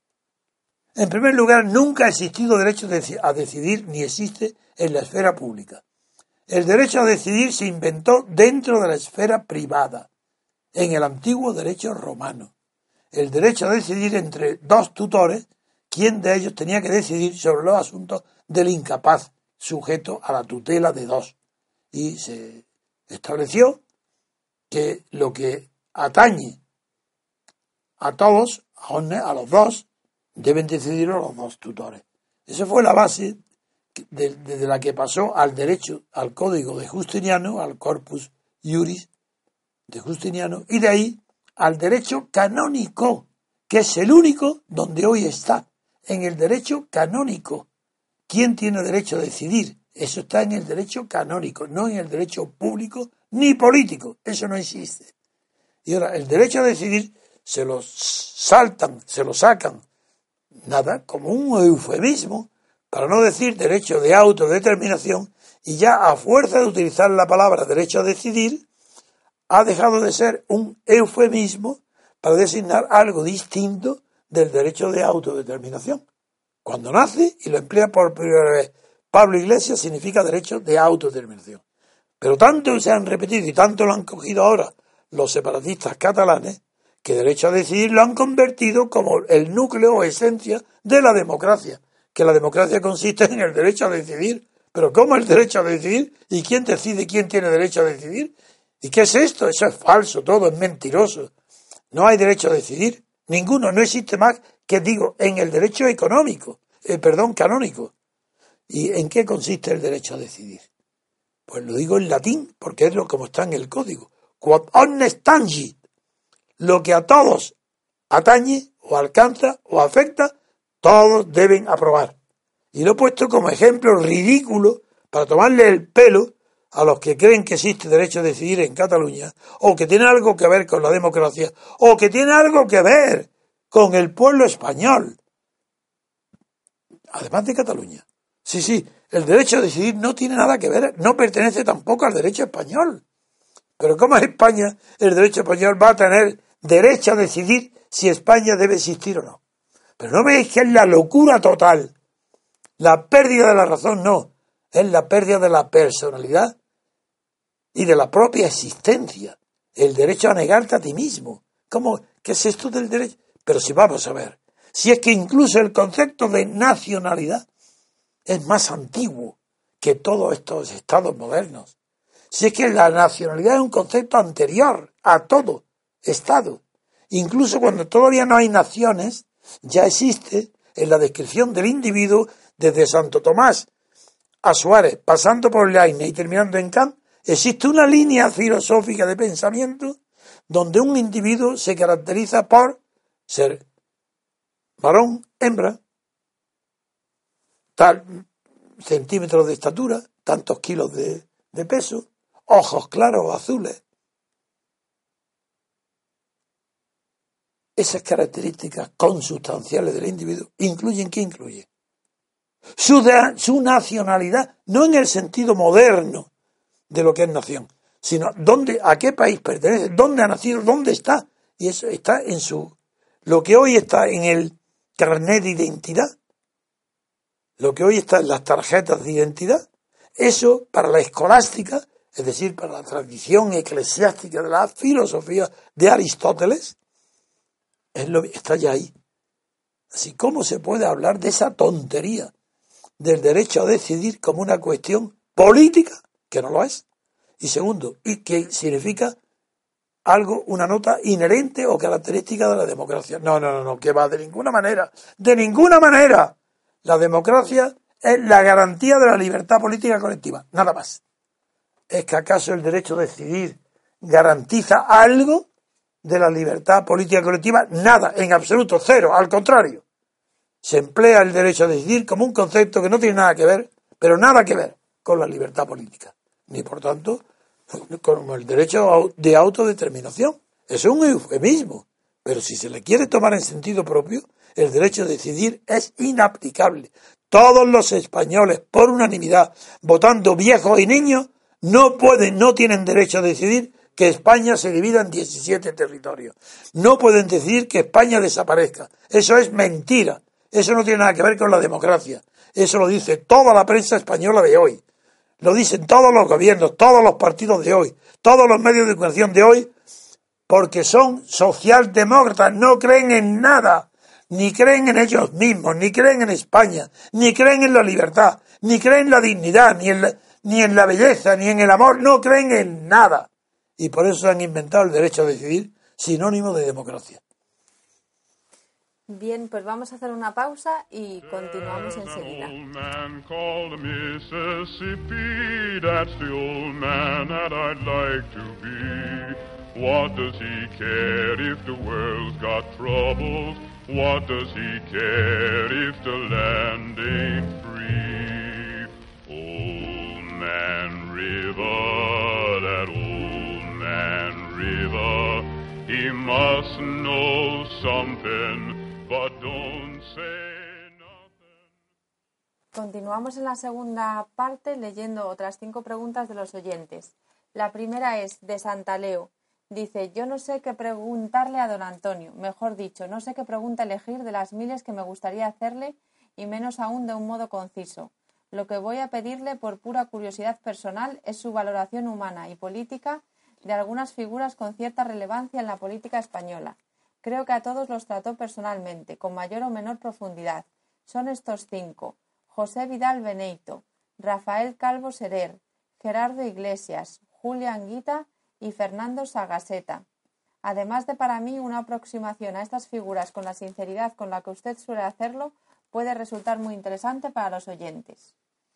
En primer lugar, nunca ha existido derecho a decidir ni existe en la esfera pública. El derecho a decidir se inventó dentro de la esfera privada, en el antiguo derecho romano. El derecho a decidir entre dos tutores, quién de ellos tenía que decidir sobre los asuntos del incapaz sujeto a la tutela de dos. Y se estableció que lo que atañe a todos, a los dos, deben decidirlo los dos tutores. Esa fue la base desde de la que pasó al derecho, al código de Justiniano, al corpus iuris de Justiniano, y de ahí al derecho canónico, que es el único donde hoy está, en el derecho canónico. ¿Quién tiene derecho a decidir? Eso está en el derecho canónico, no en el derecho público ni político. Eso no existe. Y ahora, el derecho a decidir se lo saltan, se lo sacan, nada, como un eufemismo, para no decir derecho de autodeterminación, y ya a fuerza de utilizar la palabra derecho a decidir, ha dejado de ser un eufemismo para designar algo distinto del derecho de autodeterminación. Cuando nace y lo emplea por primera vez Pablo Iglesias, significa derecho de autodeterminación. Pero tanto se han repetido y tanto lo han cogido ahora los separatistas catalanes, que derecho a decidir lo han convertido como el núcleo o esencia de la democracia, que la democracia consiste en el derecho a decidir. Pero ¿cómo el derecho a decidir? ¿Y quién decide quién tiene derecho a decidir? ¿Y qué es esto? Eso es falso, todo es mentiroso. No hay derecho a decidir, ninguno, no existe más que, digo, en el derecho económico, eh, perdón, canónico. ¿Y en qué consiste el derecho a decidir? Pues lo digo en latín, porque es lo como está en el código. Quod omnes tangit, lo que a todos atañe, o alcanza, o afecta, todos deben aprobar. Y lo he puesto como ejemplo ridículo para tomarle el pelo a los que creen que existe derecho a decidir en Cataluña, o que tiene algo que ver con la democracia, o que tiene algo que ver con el pueblo español, además de Cataluña. Sí, sí, el derecho a decidir no tiene nada que ver, no pertenece tampoco al derecho español. Pero ¿cómo es España, el derecho español va a tener derecho a decidir si España debe existir o no? Pero no veis que es la locura total, la pérdida de la razón, no, es la pérdida de la personalidad y de la propia existencia, el derecho a negarte a ti mismo. ¿Cómo? ¿Qué es esto del derecho? Pero si vamos a ver, si es que incluso el concepto de nacionalidad es más antiguo que todos estos estados modernos. Si es que la nacionalidad es un concepto anterior a todo estado. Incluso cuando todavía no hay naciones, ya existe en la descripción del individuo desde Santo Tomás a Suárez, pasando por Leibniz y terminando en Kant, existe una línea filosófica de pensamiento donde un individuo se caracteriza por ser varón, hembra, tal centímetros de estatura, tantos kilos de, de peso, ojos claros o azules. Esas características consustanciales del individuo incluyen, ¿qué incluyen? Su, de, su nacionalidad, no en el sentido moderno de lo que es nación, sino dónde, a qué país pertenece, dónde ha nacido, dónde está. Y eso está en su, lo que hoy está en el carnet de identidad, lo que hoy está en las tarjetas de identidad, eso para la escolástica, es decir, para la tradición eclesiástica de la filosofía de Aristóteles, es lo, está ya ahí. Así, ¿cómo se puede hablar de esa tontería del derecho a decidir como una cuestión política, que no lo es? Y segundo, y que significa algo, una nota inherente o característica de la democracia. No, no, no, no, que va de ninguna manera, de ninguna manera. La democracia es la garantía de la libertad política colectiva, nada más. ¿Es que acaso el derecho a decidir garantiza algo de la libertad política colectiva? Nada, en absoluto, cero, al contrario. Se emplea el derecho a decidir como un concepto que no tiene nada que ver, pero nada que ver con la libertad política. Ni por tanto, como el derecho de autodeterminación. Eso es un eufemismo, pero si se le quiere tomar en sentido propio, el derecho a decidir es inaplicable. Todos los españoles, por unanimidad, votando viejos y niños, no pueden, no tienen derecho a decidir que España se divida en diecisiete territorios. No pueden decidir que España desaparezca. Eso es mentira. Eso no tiene nada que ver con la democracia. Eso lo dice toda la prensa española de hoy. Lo dicen todos los gobiernos, todos los partidos de hoy, todos los medios de comunicación de hoy, porque son socialdemócratas, no creen en nada, ni creen en ellos mismos, ni creen en España, ni creen en la libertad, ni creen en la dignidad, ni en la, ni en la belleza, ni en el amor, no creen en nada. Y por eso se han inventado el derecho a decidir, sinónimo de democracia. Bien, pues vamos a hacer una pausa y continuamos enseguida. What does he care if the world's got troubles? What does he care if the land ain't free? Old Man River, that old Man River, he must know something, but don't say nothing. Continuamos en la segunda parte leyendo otras cinco preguntas de los oyentes. La primera es de Santaleo. Dice, yo no sé qué preguntarle a don Antonio, mejor dicho, no sé qué pregunta elegir de las miles que me gustaría hacerle y menos aún de un modo conciso. Lo que voy a pedirle por pura curiosidad personal es su valoración humana y política de algunas figuras con cierta relevancia en la política española. Creo que a todos los trató personalmente, con mayor o menor profundidad. Son estos cinco: José Vidal Beneito, Rafael Calvo Serer, Gerardo Iglesias, Julia Anguita y Fernando Sagaseta. Además de para mí una aproximación a estas figuras con la sinceridad con la que usted suele hacerlo puede resultar muy interesante para los oyentes.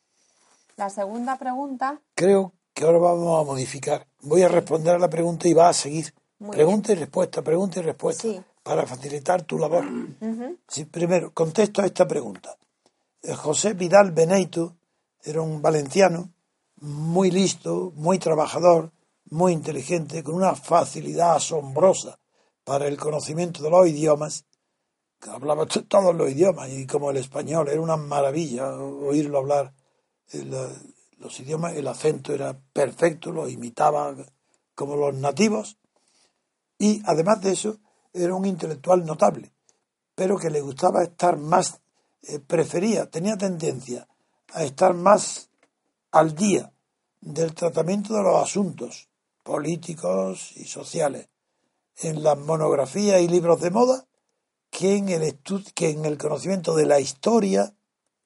La segunda pregunta... Creo que ahora vamos a modificar. Voy a responder a la pregunta y va a seguir. Muy pregunta bien. Y respuesta, pregunta y respuesta. Sí. Para facilitar tu labor. Uh-huh. Sí, primero, contesto a esta pregunta. José Vidal Beneito era un valenciano muy listo, muy trabajador, muy inteligente, con una facilidad asombrosa para el conocimiento de los idiomas, que hablaba t- todos los idiomas, y como el español era una maravilla oírlo hablar el, los idiomas, el acento era perfecto, lo imitaba como los nativos, y además de eso era un intelectual notable, pero que le gustaba estar más, eh, prefería, tenía tendencia a estar más al día del tratamiento de los asuntos políticos y sociales en las monografías y libros de moda que en el estu- que en el conocimiento de la historia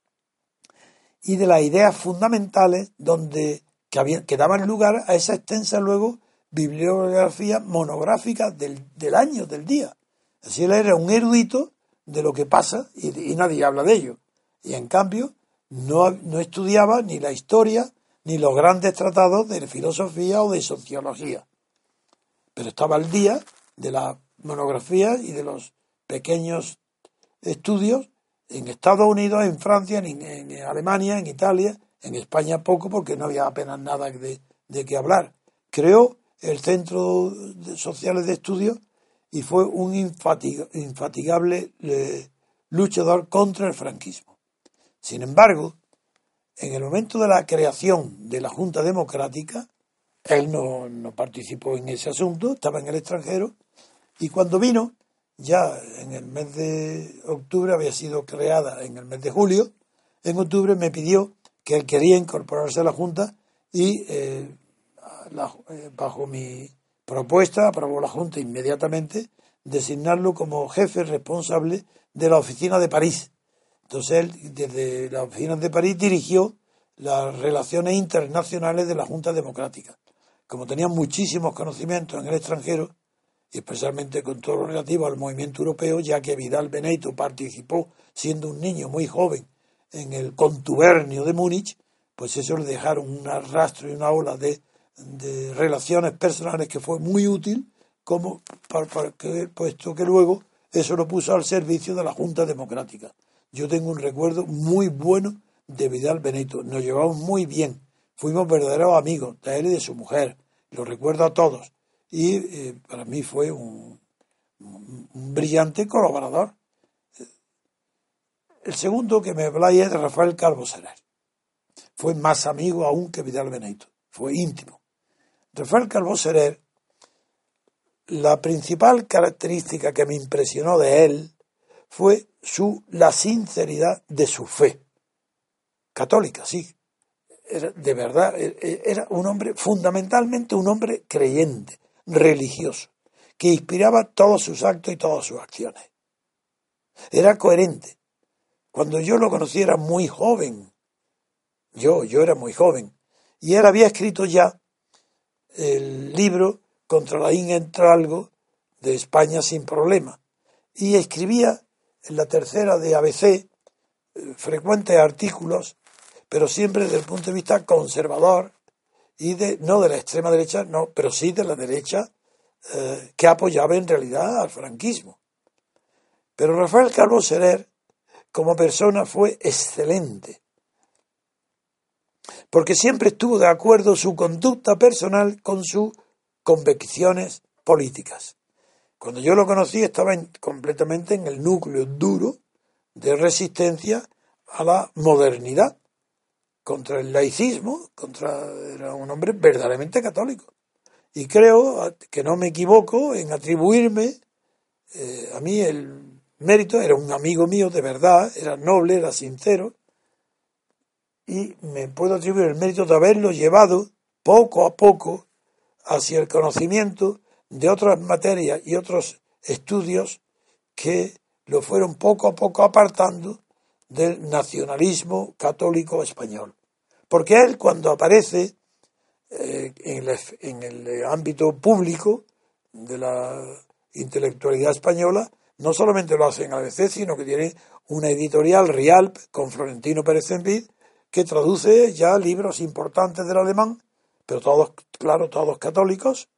y de las ideas fundamentales donde que, había, que daban lugar a esa extensa luego bibliografía monográfica del, del año, del día. Así él era un erudito de lo que pasa y, y nadie habla de ello. Y en cambio no, no estudiaba ni la historia ni los grandes tratados de filosofía o de sociología. Pero estaba al día de las monografías y de los pequeños estudios en Estados Unidos, en Francia, en, en Alemania, en Italia, en España poco, porque no había apenas nada de, de qué hablar. Creó el Centro de Sociales de Estudios y fue un infatig- infatigable eh, luchador contra el franquismo. Sin embargo, en el momento de la creación de la Junta Democrática, él no, no participó en ese asunto, estaba en el extranjero, y cuando vino, ya en el mes de octubre, había sido creada en el mes de julio, en octubre me pidió que él quería incorporarse a la Junta y eh, la, eh, bajo mi propuesta aprobó la Junta inmediatamente designarlo como jefe responsable de la oficina de París. Entonces él, desde la oficina de París, dirigió las relaciones internacionales de la Junta Democrática. Como tenía muchísimos conocimientos en el extranjero, y especialmente con todo lo relativo al movimiento europeo, ya que Vidal Beneito participó siendo un niño muy joven en el contubernio de Múnich, pues eso le dejaron un rastro y una ola de, de relaciones personales que fue muy útil, como para, para que, puesto que luego eso lo puso al servicio de la Junta Democrática. Yo tengo un recuerdo muy bueno de Vidal Beneito. Nos llevamos muy bien. Fuimos verdaderos amigos de él y de su mujer, lo recuerdo a todos. Y eh, para mí fue un, un, un brillante colaborador. El segundo que me habláis es de Rafael Calvo Soler. Fue más amigo aún que Vidal Benito, fue íntimo. Rafael Calvo Soler, la principal característica que me impresionó de él fue su, la sinceridad de su fe. Católica, sí. Era, de verdad, era un hombre, fundamentalmente un hombre creyente, religioso, que inspiraba todos sus actos y todas sus acciones. Era coherente. Cuando yo lo conocí era muy joven. Yo, yo era muy joven. Y él había escrito ya el libro Contra la in Entralgo de España sin problema. Y escribía en la tercera de A B C eh, frecuentes artículos, pero siempre desde el punto de vista conservador y de no de la extrema derecha, no, pero sí de la derecha eh, que apoyaba en realidad al franquismo. Pero Rafael Calvo Soler, como persona, fue excelente, porque siempre estuvo de acuerdo su conducta personal con sus convicciones políticas. Cuando yo lo conocí estaba en, completamente en el núcleo duro de resistencia a la modernidad, contra el laicismo, contra era un hombre verdaderamente católico. Y creo que no me equivoco en atribuirme, eh, a mí el mérito, era un amigo mío de verdad, era noble, era sincero, y me puedo atribuir el mérito de haberlo llevado poco a poco hacia el conocimiento de otras materias y otros estudios que lo fueron poco a poco apartando del nacionalismo católico español. Porque él, cuando aparece eh, en, el, en el ámbito público de la intelectualidad española, no solamente lo hace en A B C, sino que tiene una editorial Rialp con Florentino Pérez Envid, que traduce ya libros importantes del alemán, pero todos, claro, todos católicos,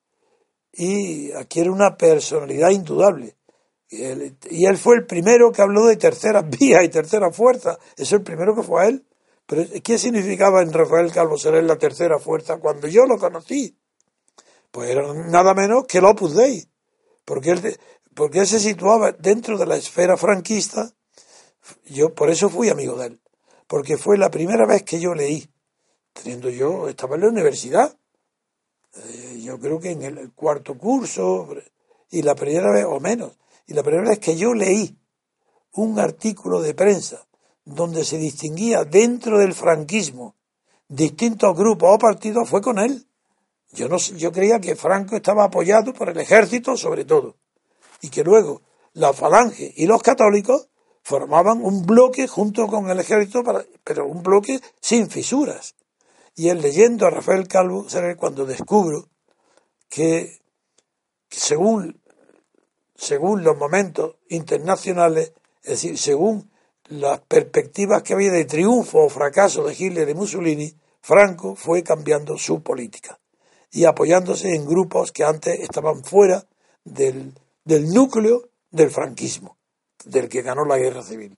y adquiere una personalidad indudable. Y él, y él fue el primero que habló de terceras vías y tercera fuerza. Es el primero que fue a él. Pero ¿qué significaba en Rafael Calvo Soler la tercera fuerza cuando yo lo conocí? Pues era nada menos que el Opus Dei. Porque él, porque él se situaba dentro de la esfera franquista. Yo por eso fui amigo de él. Porque fue la primera vez que yo leí. Teniendo yo, estaba en la universidad. Eh, yo creo que en el cuarto curso. Y la primera vez, o menos. Y la primera vez que yo leí un artículo de prensa donde se distinguía dentro del franquismo distintos grupos o partidos fue con él. Yo no, yo creía que Franco estaba apoyado por el ejército sobre todo y que luego la Falange y los católicos formaban un bloque junto con el ejército, para, pero un bloque sin fisuras. Y él, leyendo a Rafael Calvo Soler, cuando descubro que, que según según los momentos internacionales, es decir, según las perspectivas que había de triunfo o fracaso de Hitler y Mussolini, Franco fue cambiando su política y apoyándose en grupos que antes estaban fuera del, del núcleo del franquismo, del que ganó la guerra civil.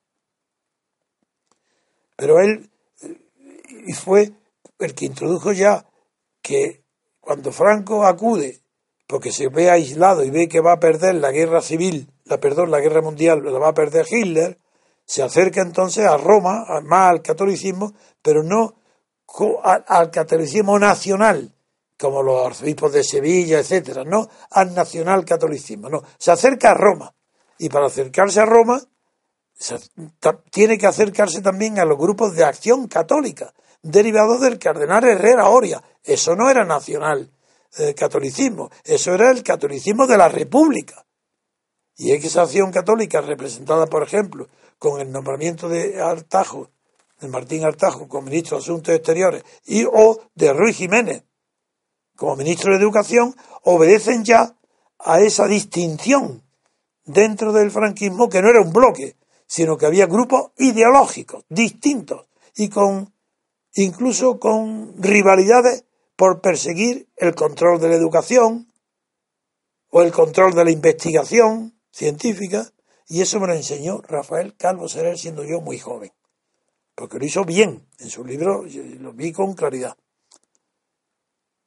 Pero él y fue el que introdujo ya que cuando Franco acude porque se ve aislado y ve que va a perder la guerra civil, la perdón, la guerra mundial, la va a perder Hitler, se acerca entonces a Roma, más al catolicismo, pero no al catolicismo nacional, como los arzobispos de Sevilla, etcétera, no al nacional catolicismo, no, se acerca a Roma, y para acercarse a Roma se, ta, tiene que acercarse también a los grupos de acción católica, derivados del cardenal Herrera Oria. Eso no era nacional Eh, catolicismo, eso era el catolicismo de la República. Y esa acción católica representada, por ejemplo, con el nombramiento de Artajo, de Martín Artajo como ministro de Asuntos Exteriores y o de Ruiz Jiménez como ministro de Educación, obedecen ya a esa distinción dentro del franquismo, que no era un bloque, sino que había grupos ideológicos distintos y con incluso con rivalidades por perseguir el control de la educación o el control de la investigación científica, y eso me lo enseñó Rafael Calvo Soler siendo yo muy joven, porque lo hizo bien, en su libro lo vi con claridad.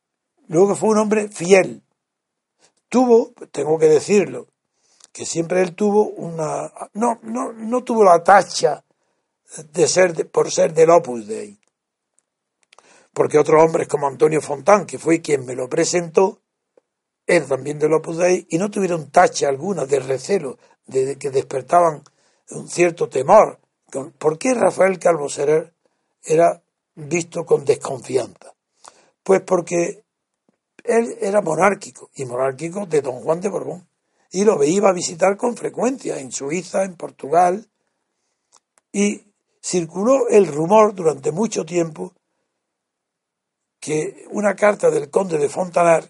luego fue un hombre fiel. Tuvo, tengo que decirlo, que siempre él tuvo una, no, no, no tuvo la tacha de ser, de, por ser del Opus Dei. Porque otros hombres como Antonio Fontán, que fue quien me lo presentó, era también del Opus Dei, y no tuvieron tacha alguna de recelo, de, de que despertaban un cierto temor. ¿Por qué Rafael Calvo Serer era visto con desconfianza? Pues porque él era monárquico, y monárquico de Don Juan de Borbón, y lo iba a visitar con frecuencia en Suiza, en Portugal, y circuló el rumor durante mucho tiempo que una carta del conde de Fontanar,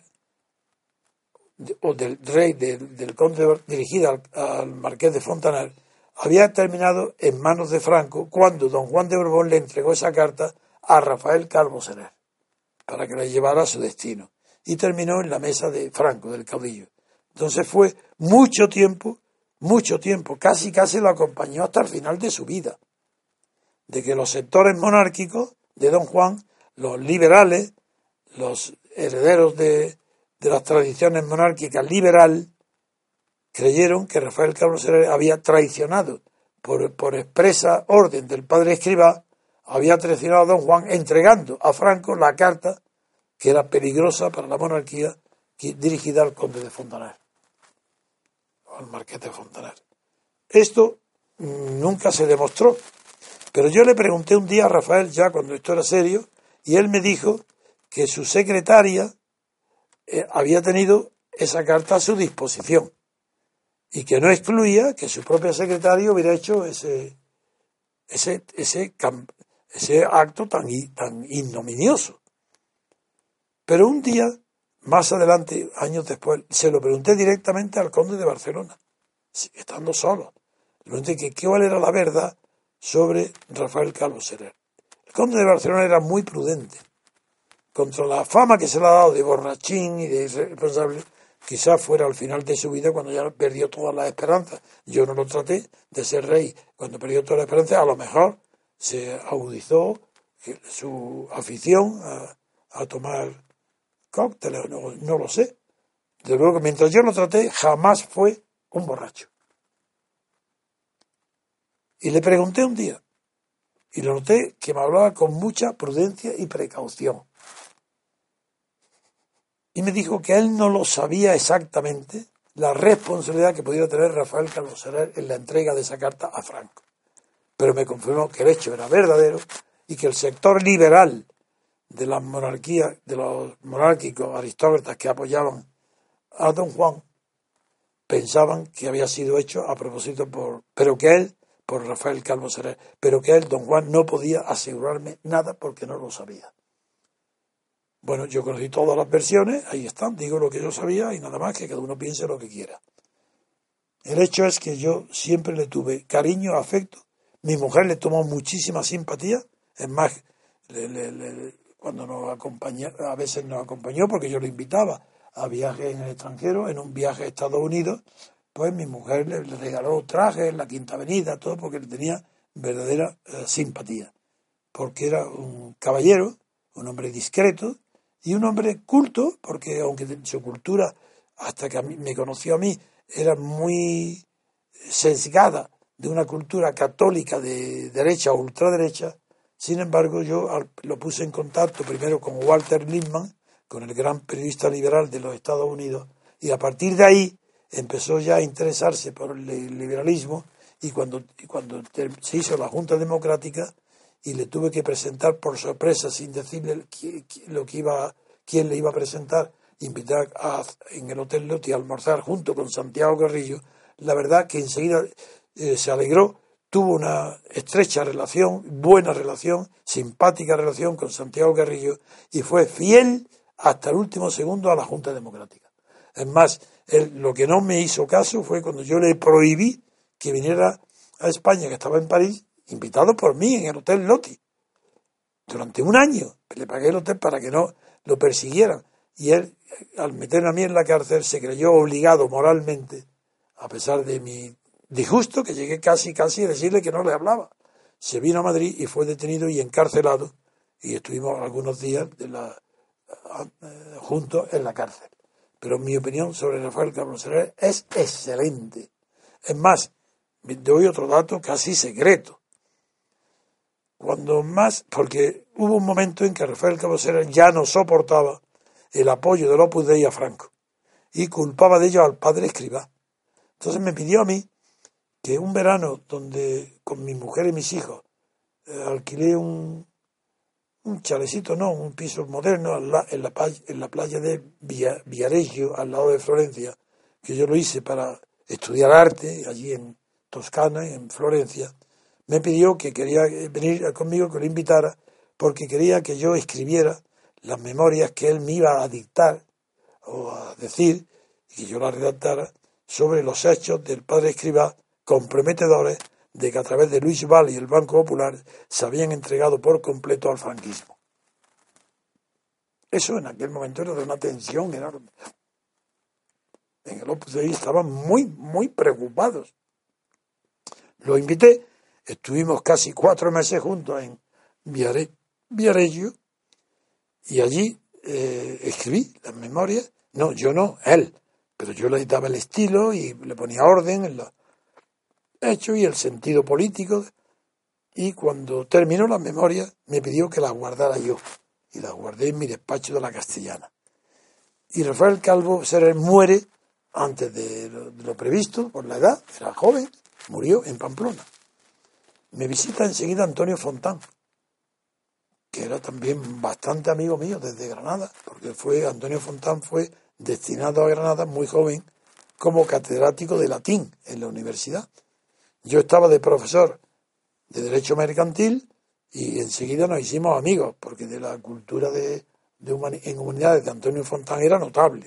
o del rey del, del conde dirigida al, al marqués de Fontanar, había terminado en manos de Franco cuando don Juan de Borbón le entregó esa carta a Rafael Calvo Serer para que la llevara a su destino, y terminó en la mesa de Franco, del caudillo. Entonces fue mucho tiempo, mucho tiempo, casi casi lo acompañó hasta el final de su vida, de que los sectores monárquicos de don Juan, los liberales, los herederos de, de las tradiciones monárquicas liberal, creyeron que Rafael Calvo Serer había traicionado, por, por expresa orden del padre Escrivá, había traicionado a don Juan entregando a Franco la carta que era peligrosa para la monarquía, dirigida al conde de Fontanar, o al marqués de Fontanar. Esto nunca se demostró, pero yo le pregunté un día a Rafael, ya cuando esto era serio, y él me dijo que su secretaria eh, había tenido esa carta a su disposición, y que no excluía que su propio secretario hubiera hecho ese ese ese, ese acto tan, tan ignominioso. Pero un día, más adelante, años después, se lo pregunté directamente al conde de Barcelona, estando solo. Le pregunté que cuál era la verdad sobre Rafael Calvo Serer. El conde de Barcelona era muy prudente. Contra la fama que se le ha dado de borrachín y de irresponsable, quizás fuera al final de su vida cuando ya perdió todas las esperanzas. Yo no lo traté de ser rey cuando perdió todas las esperanzas. A lo mejor se agudizó su afición a, a tomar cócteles, no, no lo sé. De luego que mientras yo lo traté, jamás fue un borracho. Y le pregunté un día, y lo noté que me hablaba con mucha prudencia y precaución. Y me dijo que él no lo sabía exactamente, la responsabilidad que pudiera tener Rafael Calvo Serer en la entrega de esa carta a Franco. Pero me confirmó que el hecho era verdadero y que el sector liberal de las monarquías, de los monárquicos aristócratas que apoyaban a don Juan, pensaban que había sido hecho a propósito por, pero que él, por Rafael Calvo Serer, pero que él, don Juan, no podía asegurarme nada porque no lo sabía. Bueno, yo conocí todas las versiones, ahí están, digo lo que yo sabía y nada más, que cada uno piense lo que quiera. El hecho es que yo siempre le tuve cariño, afecto, mi mujer le tomó muchísima simpatía, es más, le, le, le, cuando nos acompañó, a veces nos acompañó porque yo lo invitaba a viajes en el extranjero, en un viaje a Estados Unidos, pues mi mujer le, le regaló trajes en la Quinta Avenida, todo porque le tenía verdadera eh, simpatía, porque era un caballero, un hombre discreto y un hombre culto, porque aunque su cultura, hasta que a mí, me conoció a mí, era muy sesgada de una cultura católica de derecha o ultraderecha. Sin embargo, yo lo puse en contacto primero con Walter Lippmann, con el gran periodista liberal de los Estados Unidos, y a partir de ahí empezó ya a interesarse por el liberalismo, y cuando, y cuando se hizo la Junta Democrática, y le tuve que presentar por sorpresa, sin decirle lo que iba, quién le iba a presentar, invitar a, en el Hotel Loti a almorzar junto con Santiago Carrillo, la verdad que enseguida eh, se alegró, tuvo una estrecha relación, buena relación, simpática relación con Santiago Carrillo, y fue fiel hasta el último segundo a la Junta Democrática. Es más, él, lo que no me hizo caso fue cuando yo le prohibí que viniera a España, que estaba en París, invitado por mí en el Hotel Loti. Durante un año le pagué el hotel para que no lo persiguieran. Y él, al meterme a mí en la cárcel, se creyó obligado moralmente, a pesar de mi disgusto, que llegué casi, casi a decirle que no le hablaba. Se vino a Madrid y fue detenido y encarcelado. Y estuvimos algunos días de la, eh, juntos en la cárcel. Pero mi opinión sobre Rafael Carbó Soler es excelente. Es más, doy otro dato casi secreto. Cuando más, porque hubo un momento en que Rafael Carbó Soler ya no soportaba el apoyo del Opus Dei a Franco y culpaba de ello al padre Escrivá. Entonces me pidió a mí que un verano donde con mi mujer y mis hijos eh, alquilé un, un chalecito, no, un piso moderno en la, en la, en la playa de Via, Viareggio, al lado de Florencia, que yo lo hice para estudiar arte allí en Toscana, en Florencia. Me pidió que quería venir conmigo, que lo invitara, porque quería que yo escribiera las memorias que él me iba a dictar o a decir, y que yo las redactara, sobre los hechos del padre Escrivá, comprometedores de que a través de Luis Val y el Banco Popular se habían entregado por completo al franquismo. Eso en aquel momento era de una tensión enorme. En el Opus Dei estaban muy, muy preocupados. Lo invité, estuvimos casi cuatro meses juntos en Viare, Viareggio, y allí eh, escribí las memorias. No, yo no, él, pero yo le daba el estilo y le ponía orden en los hechos y el sentido político. Y cuando terminó las memorias me pidió que las guardara yo, y las guardé en mi despacho de la Castellana. Y Rafael Calvo Soler muere antes de lo, de lo previsto, por la edad, era joven, murió en Pamplona. Me visita enseguida Antonio Fontán, que era también bastante amigo mío desde Granada, porque fue Antonio Fontán fue destinado a Granada muy joven como catedrático de latín en la universidad. Yo estaba de profesor de Derecho Mercantil y enseguida nos hicimos amigos, porque de la cultura de, de humani- en humanidades de Antonio Fontán era notable.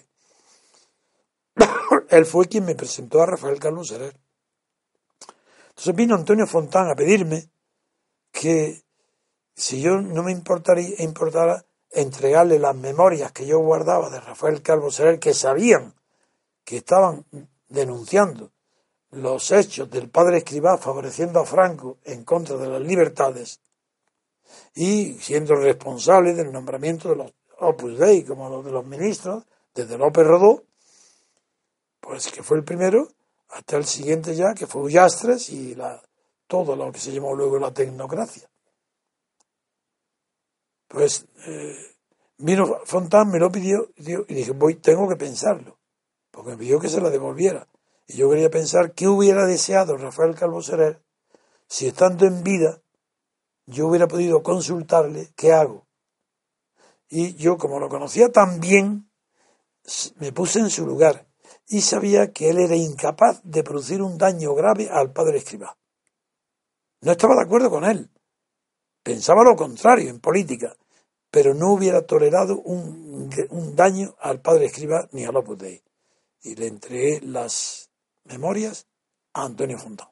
Él fue quien me presentó a Rafael Calvo Soler. Entonces vino Antonio Fontán a pedirme que si yo no me importaría, importara entregarle las memorias que yo guardaba de Rafael Calvo Soler, que sabían que estaban denunciando los hechos del padre Escrivá favoreciendo a Franco en contra de las libertades y siendo responsable del nombramiento de los Opus Dei como los de los ministros, desde López Rodó, pues que fue el primero, hasta el siguiente ya, que fue Ullastres y la, todo lo que se llamó luego la tecnocracia. Pues eh, vino Fontán, me lo pidió y dije, voy, tengo que pensarlo, porque me pidió que se la devolviera. Y yo quería pensar qué hubiera deseado Rafael Calvo Soler si estando en vida yo hubiera podido consultarle qué hago. Y yo, como lo conocía tan bien, me puse en su lugar y sabía que él era incapaz de producir un daño grave al padre Escrivá. No estaba de acuerdo con él. Pensaba lo contrario en política, pero no hubiera tolerado un, un daño al padre Escrivá ni al Opus Dei. Y le entregué las memorias a Antonio Fontán.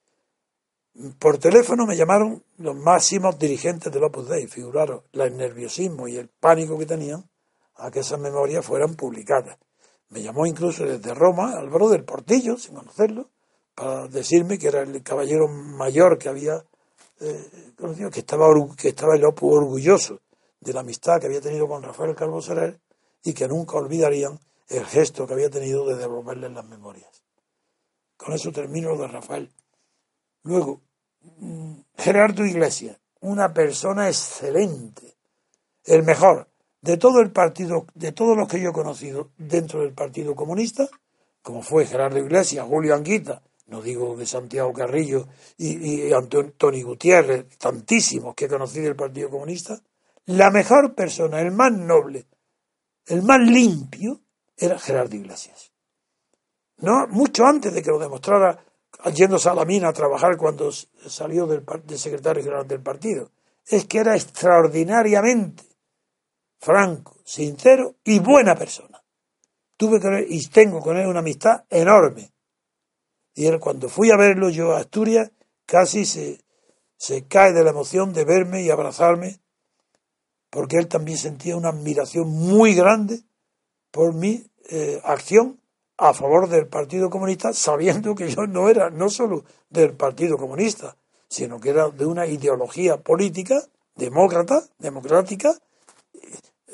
Por teléfono me llamaron los máximos dirigentes del Opus Dei, figuraron el nerviosismo y el pánico que tenían a que esas memorias fueran publicadas. Me llamó incluso desde Roma Álvaro del Portillo, sin conocerlo, para decirme que era el caballero mayor que había eh, conocido, que estaba, que estaba el Opus orgulloso de la amistad que había tenido con Rafael Calvo Soler y que nunca olvidarían el gesto que había tenido de devolverle las memorias. Con eso termino lo de Rafael. Luego, Gerardo Iglesias, una persona excelente, el mejor de todo el partido, de todos los que yo he conocido dentro del Partido Comunista, como fue Gerardo Iglesias, Julio Anguita, no digo de Santiago Carrillo y, y Antoni Gutiérrez, tantísimos que he conocido del Partido Comunista, la mejor persona, el más noble, el más limpio, era Gerardo Iglesias. No, mucho antes de que lo demostrara yéndose a la mina a trabajar cuando salió del, del secretario general del partido. Es que era extraordinariamente franco, sincero y buena persona. Tuve con él y tengo con él una amistad enorme. Y él, cuando fui a verlo yo a Asturias, casi se, se cae de la emoción de verme y abrazarme, porque él también sentía una admiración muy grande por mi eh, acción a favor del Partido Comunista, sabiendo que yo no era no solo del Partido Comunista, sino que era de una ideología política demócrata, democrática,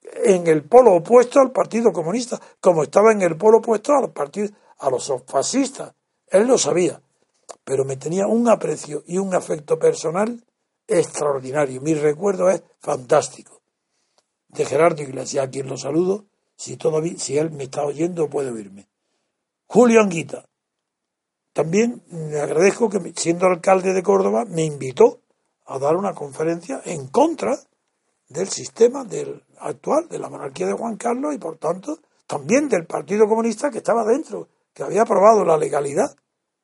en el polo opuesto al Partido Comunista, como estaba en el polo opuesto a los partidos, a los fascistas. Él lo sabía, pero me tenía un aprecio y un afecto personal extraordinario. Mi recuerdo es fantástico. De Gerardo Iglesias, a quien lo saludo, si todavía, si él me está oyendo, puede oírme. Julio Anguita. También le agradezco que, siendo alcalde de Córdoba, me invitó a dar una conferencia en contra del sistema del actual, de la monarquía de Juan Carlos, y por tanto también del Partido Comunista, que estaba dentro, que había aprobado la legalidad.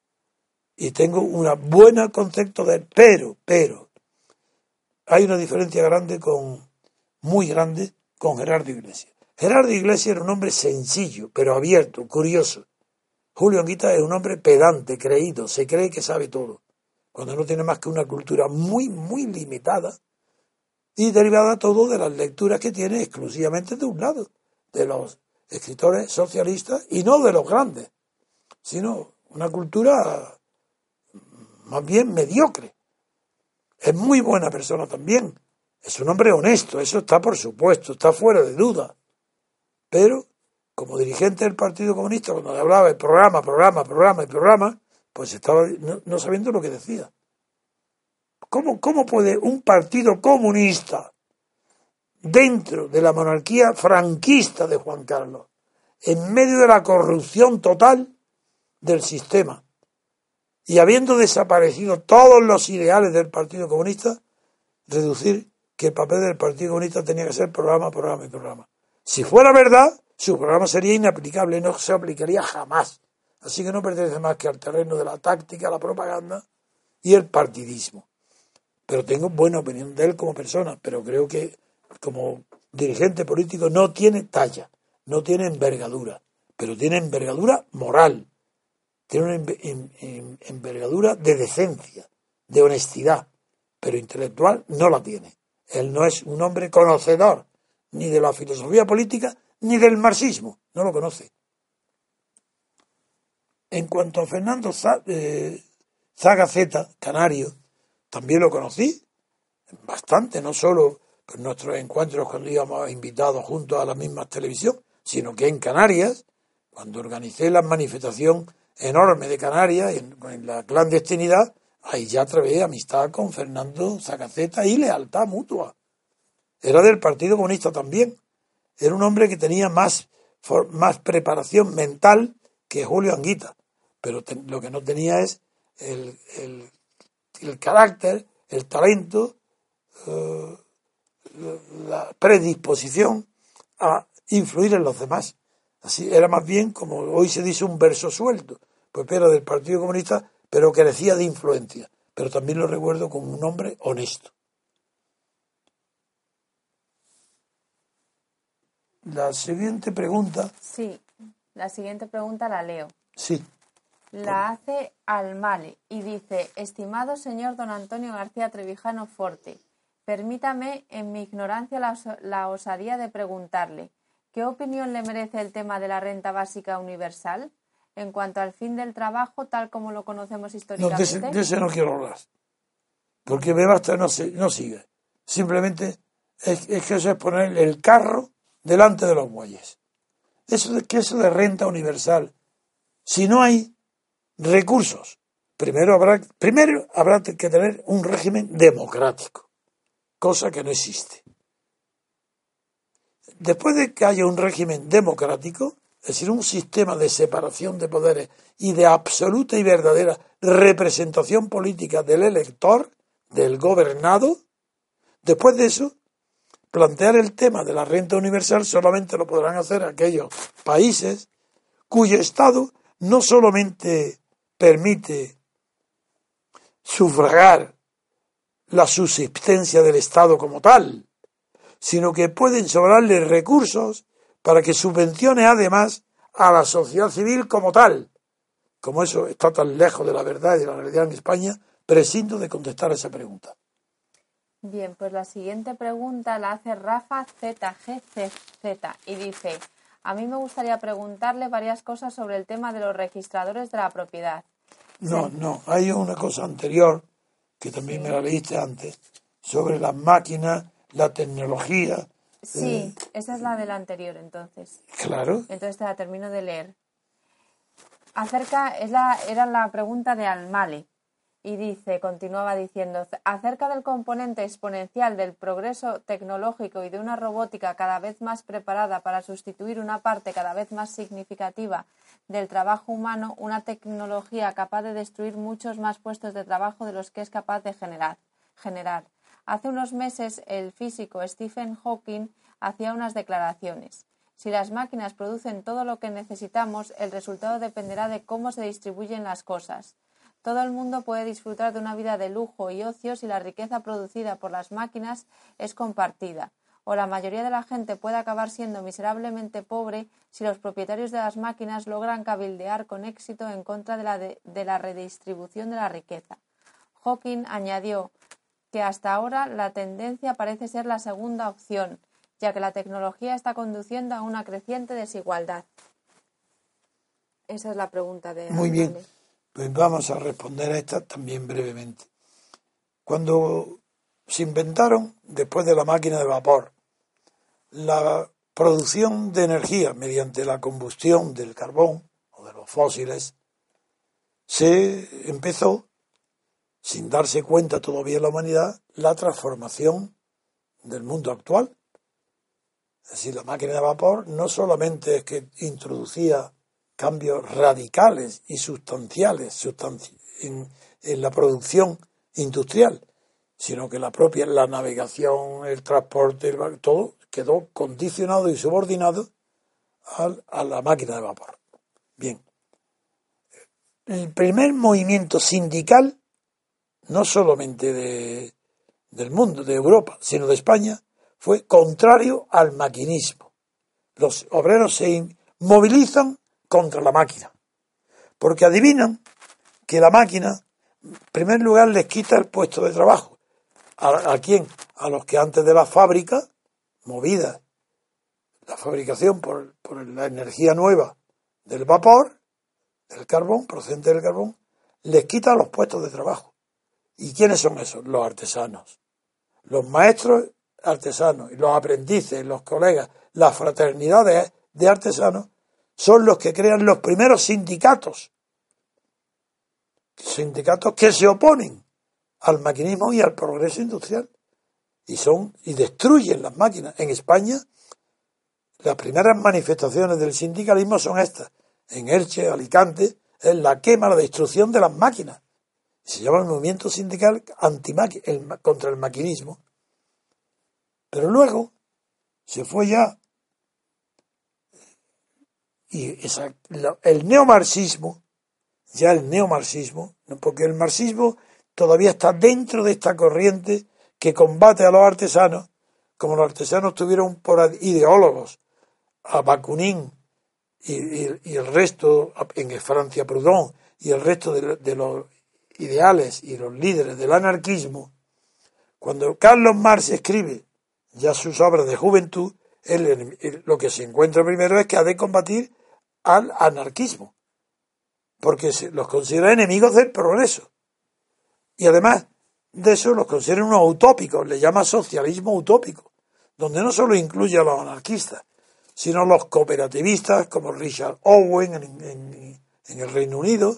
Y tengo un buen concepto de él, pero, pero, hay una diferencia grande con, muy grande, con Gerardo Iglesias. Gerardo Iglesias era un hombre sencillo, pero abierto, curioso. Julio Anguita es un hombre pedante, creído, se cree que sabe todo, cuando no tiene más que una cultura muy, muy limitada y derivada todo de las lecturas que tiene exclusivamente de un lado, de los escritores socialistas y no de los grandes, sino una cultura más bien mediocre. Es muy buena persona también, es un hombre honesto, eso está por supuesto, está fuera de duda, pero como dirigente del Partido Comunista, cuando hablaba de programa, programa, programa y programa, pues estaba no, no sabiendo lo que decía. ¿Cómo, ¿Cómo puede un partido comunista dentro de la monarquía franquista de Juan Carlos, en medio de la corrupción total del sistema, y habiendo desaparecido todos los ideales del Partido Comunista, reducir que el papel del Partido Comunista tenía que ser programa, programa y programa? Si fuera verdad, su programa sería inaplicable, no se aplicaría jamás. Así que no pertenece más que al terreno de la táctica, la propaganda y el partidismo. Pero tengo buena opinión de él como persona, pero creo que como dirigente político no tiene talla, no tiene envergadura, pero tiene envergadura moral, tiene una envergadura de decencia, de honestidad, pero intelectual no la tiene. Él no es un hombre conocedor ni de la filosofía política ni del marxismo, no lo conoce. En cuanto a Fernando Zagaceta, canario, también lo conocí bastante, no solo en nuestros encuentros cuando íbamos invitados juntos a la misma televisión, sino que en Canarias, cuando organicé la manifestación enorme de Canarias, en, en la clandestinidad, ahí ya trabé amistad con Fernando Zagaceta y lealtad mutua. Era del Partido Comunista también. Era un hombre que tenía más, más preparación mental que Julio Anguita, pero te, lo que no tenía es el, el, el carácter, el talento, eh, la predisposición a influir en los demás. Así era más bien, como hoy se dice, un verso suelto, pues era del Partido Comunista, pero carecía de influencia. Pero también lo recuerdo como un hombre honesto. La siguiente pregunta. Sí, la siguiente pregunta la leo. Sí. La hace Almale y dice: estimado señor don Antonio García Trevijano Forte, permítame en mi ignorancia la, la osadía de preguntarle, ¿qué opinión le merece el tema de la renta básica universal en cuanto al fin del trabajo tal como lo conocemos históricamente? No, de ese, de ese no quiero hablar, porque me basta, no, se, no sigue. Simplemente es, es que eso es poner el carro delante de los bueyes. Eso de que eso de renta universal, si no hay recursos, primero habrá, primero habrá que tener un régimen democrático, cosa que no existe. Después de que haya un régimen democrático, es decir, un sistema de separación de poderes y de absoluta y verdadera representación política del elector, del gobernado, después de eso, plantear el tema de la renta universal solamente lo podrán hacer aquellos países cuyo Estado no solamente permite sufragar la subsistencia del Estado como tal, sino que pueden sobrarle recursos para que subvencione además a la sociedad civil como tal. Como eso está tan lejos de la verdad y de la realidad en España, prescindo de contestar a esa pregunta. Bien, pues la siguiente pregunta la hace Rafa Z G C Z y dice: a mí me gustaría preguntarle varias cosas sobre el tema de los registradores de la propiedad. No, sí. no, hay una cosa anterior, que también sí. me la leíste antes, sobre las máquinas, la tecnología, Sí, eh, esa es la de la anterior, entonces. Claro. Entonces te la termino de leer. Acerca, es la, era la pregunta de Almale. Y dice, continuaba diciendo, acerca del componente exponencial del progreso tecnológico y de una robótica cada vez más preparada para sustituir una parte cada vez más significativa del trabajo humano, una tecnología capaz de destruir muchos más puestos de trabajo de los que es capaz de generar. generar. Hace unos meses el físico Stephen Hawking hacía unas declaraciones. Si las máquinas producen todo lo que necesitamos, el resultado dependerá de cómo se distribuyen las cosas. Todo el mundo puede disfrutar de una vida de lujo y ocio si la riqueza producida por las máquinas es compartida, o la mayoría de la gente puede acabar siendo miserablemente pobre si los propietarios de las máquinas logran cabildear con éxito en contra de la, de, de la redistribución de la riqueza. Hawking añadió que hasta ahora la tendencia parece ser la segunda opción, ya que la tecnología está conduciendo a una creciente desigualdad. Esa es la pregunta de Muy bien. Andale. Pues vamos a responder a esta también brevemente. Cuando se inventaron, después de la máquina de vapor, la producción de energía mediante la combustión del carbón o de los fósiles, se empezó, sin darse cuenta todavía la humanidad, la transformación del mundo actual. Es decir, la máquina de vapor no solamente es que introducía cambios radicales y sustanciales sustanci- en, en la producción industrial, sino que la propia la navegación, el transporte, el, todo quedó condicionado y subordinado al, a la máquina de vapor. Bien. El primer movimiento sindical, no solamente de, del mundo, de Europa, sino de España, fue contrario al maquinismo. Los obreros se movilizan contra la máquina, porque adivinan que la máquina, en primer lugar, les quita el puesto de trabajo. ¿A, a quién? A los que antes de la fábrica, movida, la fabricación por, por la energía nueva del vapor, del carbón, procedente del carbón, les quita los puestos de trabajo. ¿Y quiénes son esos? Los artesanos. Los maestros artesanos y los aprendices, los colegas, las fraternidades de artesanos son los que crean los primeros sindicatos. Sindicatos que se oponen al maquinismo y al progreso industrial. Y son y destruyen las máquinas. En España, las primeras manifestaciones del sindicalismo son estas. En Elche, Alicante, es la quema, la destrucción de las máquinas. Se llama el movimiento sindical antimaqui- el, contra el maquinismo. Pero luego se fue ya y esa, la, el neomarxismo, ya el neomarxismo, porque el marxismo todavía está dentro de esta corriente que combate a los artesanos, como los artesanos tuvieron por ideólogos a Bakunin y, y, y el resto, en Francia Proudhon, y el resto de, de los ideales y los líderes del anarquismo. Cuando Carlos Marx escribe ya sus obras de juventud, él, él, lo que se encuentra primero es que ha de combatir al anarquismo, porque se los considera enemigos del progreso. Y además de eso los considera unos utópicos, le llama socialismo utópico, donde no solo incluye a los anarquistas, sino los cooperativistas como Richard Owen en, en, en el Reino Unido.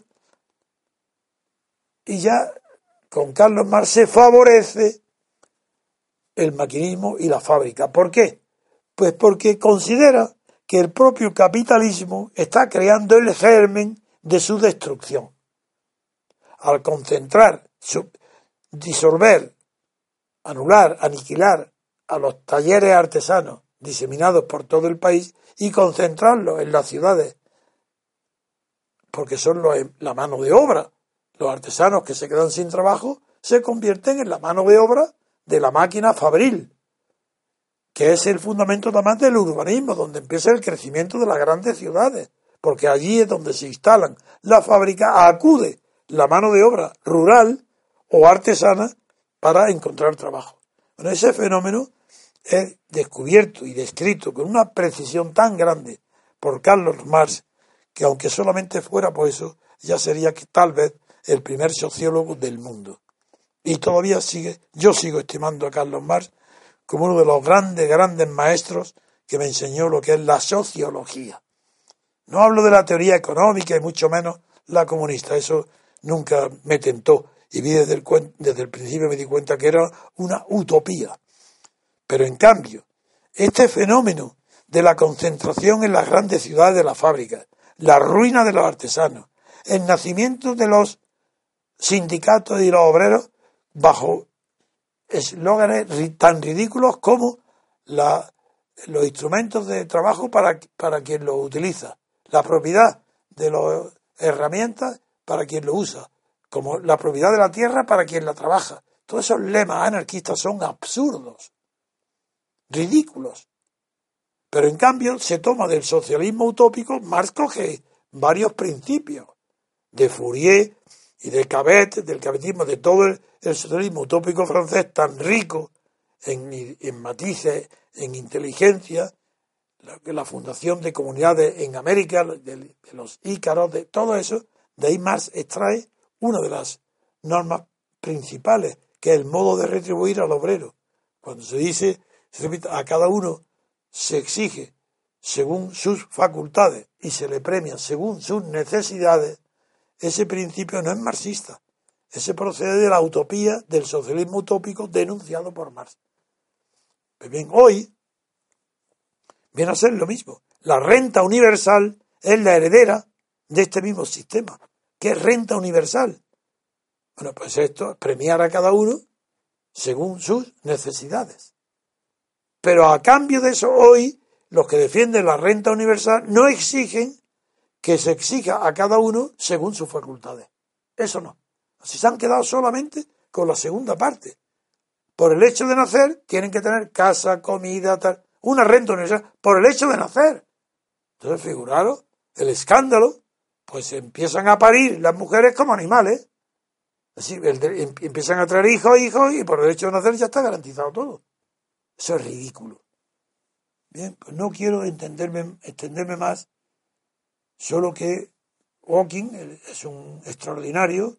Y ya con Carlos Marx se favorece el maquinismo y la fábrica. ¿Por qué? Pues porque considera que el propio capitalismo está creando el germen de su destrucción. Al concentrar, su, disolver, anular, aniquilar a los talleres artesanos diseminados por todo el país y concentrarlos en las ciudades, porque son los, la mano de obra. Los artesanos que se quedan sin trabajo se convierten en la mano de obra de la máquina fabril, que es el fundamento también del urbanismo, donde empieza el crecimiento de las grandes ciudades, porque allí es donde se instalan las fábricas, acude la mano de obra rural o artesana para encontrar trabajo. Bueno, ese fenómeno es descubierto y descrito con una precisión tan grande por Carlos Marx, que aunque solamente fuera por eso, ya sería que tal vez el primer sociólogo del mundo. Y todavía sigue, yo sigo estimando a Carlos Marx como uno de los grandes, grandes maestros que me enseñó lo que es la sociología. No hablo de la teoría económica y mucho menos la comunista, eso nunca me tentó y vi desde el, desde el principio me di cuenta que era una utopía. Pero en cambio, este fenómeno de la concentración en las grandes ciudades de las fábricas, la ruina de los artesanos, el nacimiento de los sindicatos y los obreros bajo eslóganes tan ridículos como la, los instrumentos de trabajo para, para quien los utiliza, la propiedad de las herramientas para quien lo usa, como la propiedad de la tierra para quien la trabaja. Todos esos lemas anarquistas son absurdos, ridículos. Pero en cambio se toma del socialismo utópico, Marx coge varios principios de Fourier y de Cabet, del cabetismo, de todo el, el socialismo utópico francés tan rico en, en matices, en inteligencia, la, la fundación de comunidades en América, de, de los ícaros, de todo eso. De ahí Marx extrae una de las normas principales, que es el modo de retribuir al obrero. Cuando se dice, se repite, a cada uno se exige según sus facultades y se le premia según sus necesidades, ese principio no es marxista. Ese procede de la utopía del socialismo utópico denunciado por Marx. Pues bien, hoy viene a ser lo mismo. La renta universal es la heredera de este mismo sistema. ¿Qué es renta universal? Bueno, pues esto es premiar a cada uno según sus necesidades. Pero a cambio de eso, hoy, los que defienden la renta universal no exigen que se exija a cada uno según sus facultades. Eso no. Si se han quedado solamente con la segunda parte. Por el hecho de nacer, tienen que tener casa, comida, tal. Una renta universal, por el hecho de nacer. Entonces, figuraros, el escándalo, pues empiezan a parir las mujeres como animales. Así, el de, empiezan a traer hijos, hijos, y por el hecho de nacer ya está garantizado todo. Eso es ridículo. Bien, pues no quiero entenderme, extenderme más, solo que Hawking es un extraordinario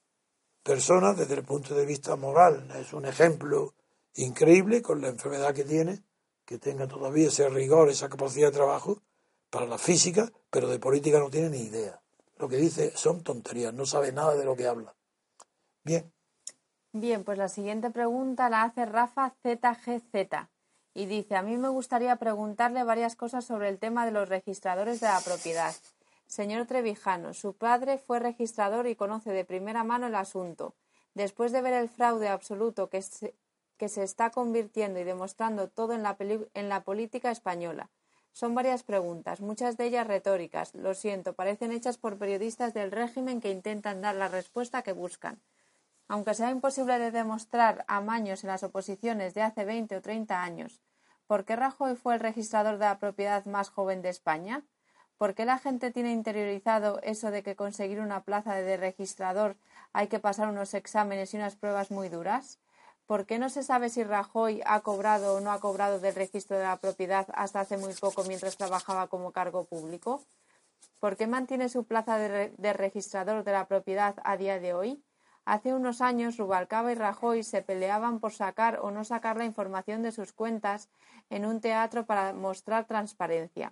persona desde el punto de vista moral. Es un ejemplo increíble con la enfermedad que tiene, que tenga todavía ese rigor, esa capacidad de trabajo para la física, pero de política no tiene ni idea. Lo que dice son tonterías, no sabe nada de lo que habla. Bien. Bien, pues la siguiente pregunta la hace Rafa Z G Z y dice: a mí me gustaría preguntarle varias cosas sobre el tema de los registradores de la propiedad. Señor Trevijano, su padre fue registrador y conoce de primera mano el asunto. Después de ver el fraude absoluto que se, que se está convirtiendo y demostrando todo en la, peli, en la política española. Son varias preguntas, muchas de ellas retóricas. Lo siento, parecen hechas por periodistas del régimen que intentan dar la respuesta que buscan. Aunque sea imposible de demostrar amaños en las oposiciones de hace veinte o treinta años, ¿por qué Rajoy fue el registrador de la propiedad más joven de España? ¿Por qué la gente tiene interiorizado eso de que conseguir una plaza de registrador hay que pasar unos exámenes y unas pruebas muy duras? ¿Por qué no se sabe si Rajoy ha cobrado o no ha cobrado del registro de la propiedad hasta hace muy poco mientras trabajaba como cargo público? ¿Por qué mantiene su plaza de, re- de registrador de la propiedad a día de hoy? Hace unos años Rubalcaba y Rajoy se peleaban por sacar o no sacar la información de sus cuentas en un teatro para mostrar transparencia.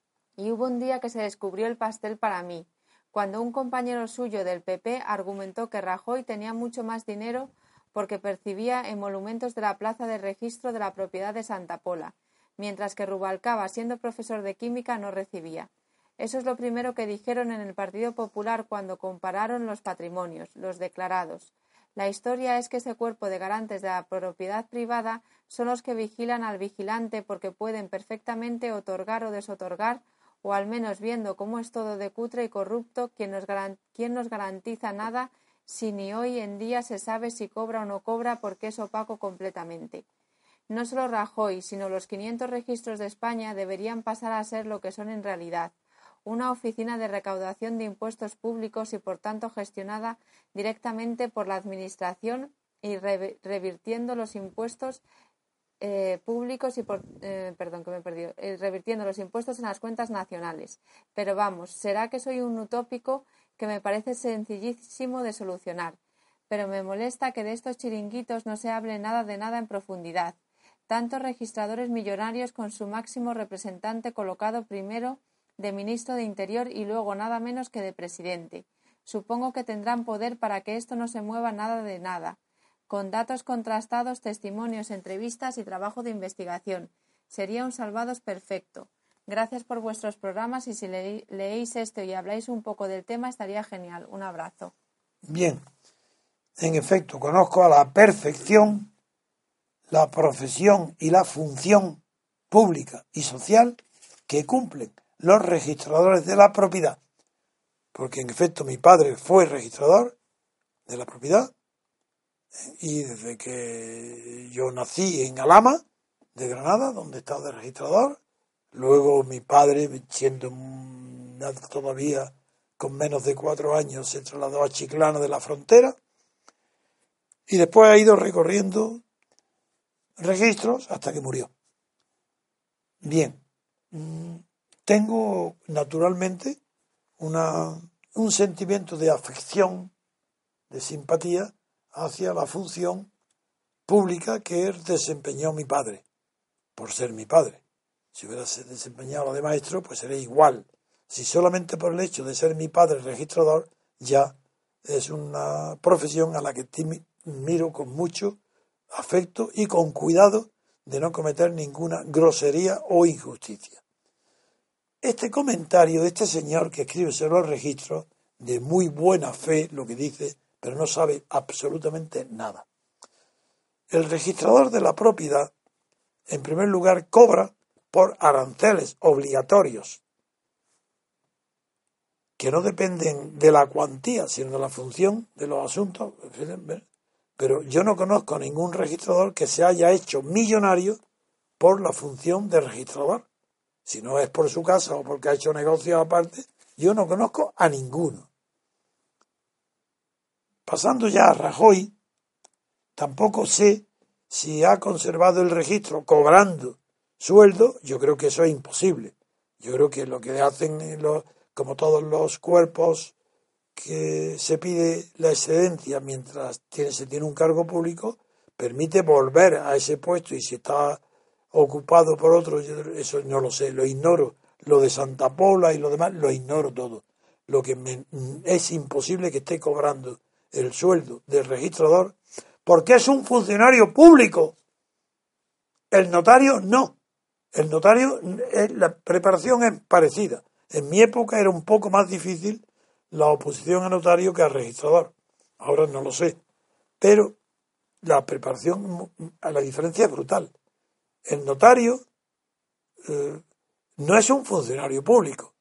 Y hubo un día que se descubrió el pastel para mí, cuando un compañero suyo del P P argumentó que Rajoy tenía mucho más dinero porque percibía emolumentos de la plaza de registro de la propiedad de Santa Pola, mientras que Rubalcaba, siendo profesor de química, no recibía. Eso es lo primero que dijeron en el Partido Popular cuando compararon los patrimonios, los declarados. La historia es que ese cuerpo de garantes de la propiedad privada son los que vigilan al vigilante porque pueden perfectamente otorgar o desotorgar, o al menos viendo cómo es todo de cutre y corrupto, ¿quién nos, garan- quién nos garantiza nada si ni hoy en día se sabe si cobra o no cobra porque es opaco completamente? No solo Rajoy, sino los quinientos registros de España deberían pasar a ser lo que son en realidad, una oficina de recaudación de impuestos públicos y por tanto gestionada directamente por la Administración y re- revirtiendo los impuestos eh, públicos y por, eh, perdón que me he perdido, eh, revirtiendo los impuestos en las cuentas nacionales. Pero vamos, será que soy un utópico que me parece sencillísimo de solucionar, pero me molesta que de estos chiringuitos no se hable nada de nada en profundidad. Tantos registradores millonarios con su máximo representante colocado primero de ministro de Interior y luego nada menos que de presidente. Supongo que tendrán poder para que esto no se mueva nada de nada, con datos contrastados, testimonios, entrevistas y trabajo de investigación. Sería un Salvados perfecto. Gracias por vuestros programas y si le leéis esto y habláis un poco del tema estaría genial. Un abrazo. Bien, en efecto, conozco a la perfección la profesión y la función pública y social que cumplen los registradores de la propiedad. Porque en efecto mi padre fue registrador de la propiedad y desde que yo nací en Alhama, de Granada, donde estaba de registrador, luego mi padre, siendo todavía con menos de cuatro años, se trasladó a Chiclana de la Frontera y después ha ido recorriendo registros hasta que murió. Bien, tengo naturalmente una, un sentimiento de afección, de simpatía hacia la función pública que desempeñó mi padre, por ser mi padre. Si hubiera desempeñado la de maestro, pues sería igual. Si solamente por el hecho de ser mi padre registrador, ya es una profesión a la que miro con mucho afecto y con cuidado de no cometer ninguna grosería o injusticia. Este comentario de este señor que escribe sobre los registros, de muy buena fe lo que dice, pero no sabe absolutamente nada. El registrador de la propiedad, en primer lugar, cobra por aranceles obligatorios, que no dependen de la cuantía, sino de la función de los asuntos. Pero yo no conozco ningún registrador que se haya hecho millonario por la función de registrador. Si no es por su casa o porque ha hecho negocios aparte, yo no conozco a ninguno. Pasando ya a Rajoy, tampoco sé si ha conservado el registro cobrando sueldo. Yo creo que eso es imposible. Yo creo que lo que hacen, los, como todos los cuerpos que se pide la excedencia mientras tiene, se tiene un cargo público, permite volver a ese puesto, y si está ocupado por otro, yo eso no lo sé, lo ignoro. Lo de Santa Pola y lo demás lo ignoro todo. Lo que me, es imposible que esté cobrando el sueldo del registrador porque es un funcionario público. El notario no. El notario, la preparación es parecida. En mi época era un poco más difícil la oposición a notario que a registrador. Ahora no lo sé. Pero la preparación, la diferencia es brutal. El notario eh, no es un funcionario público.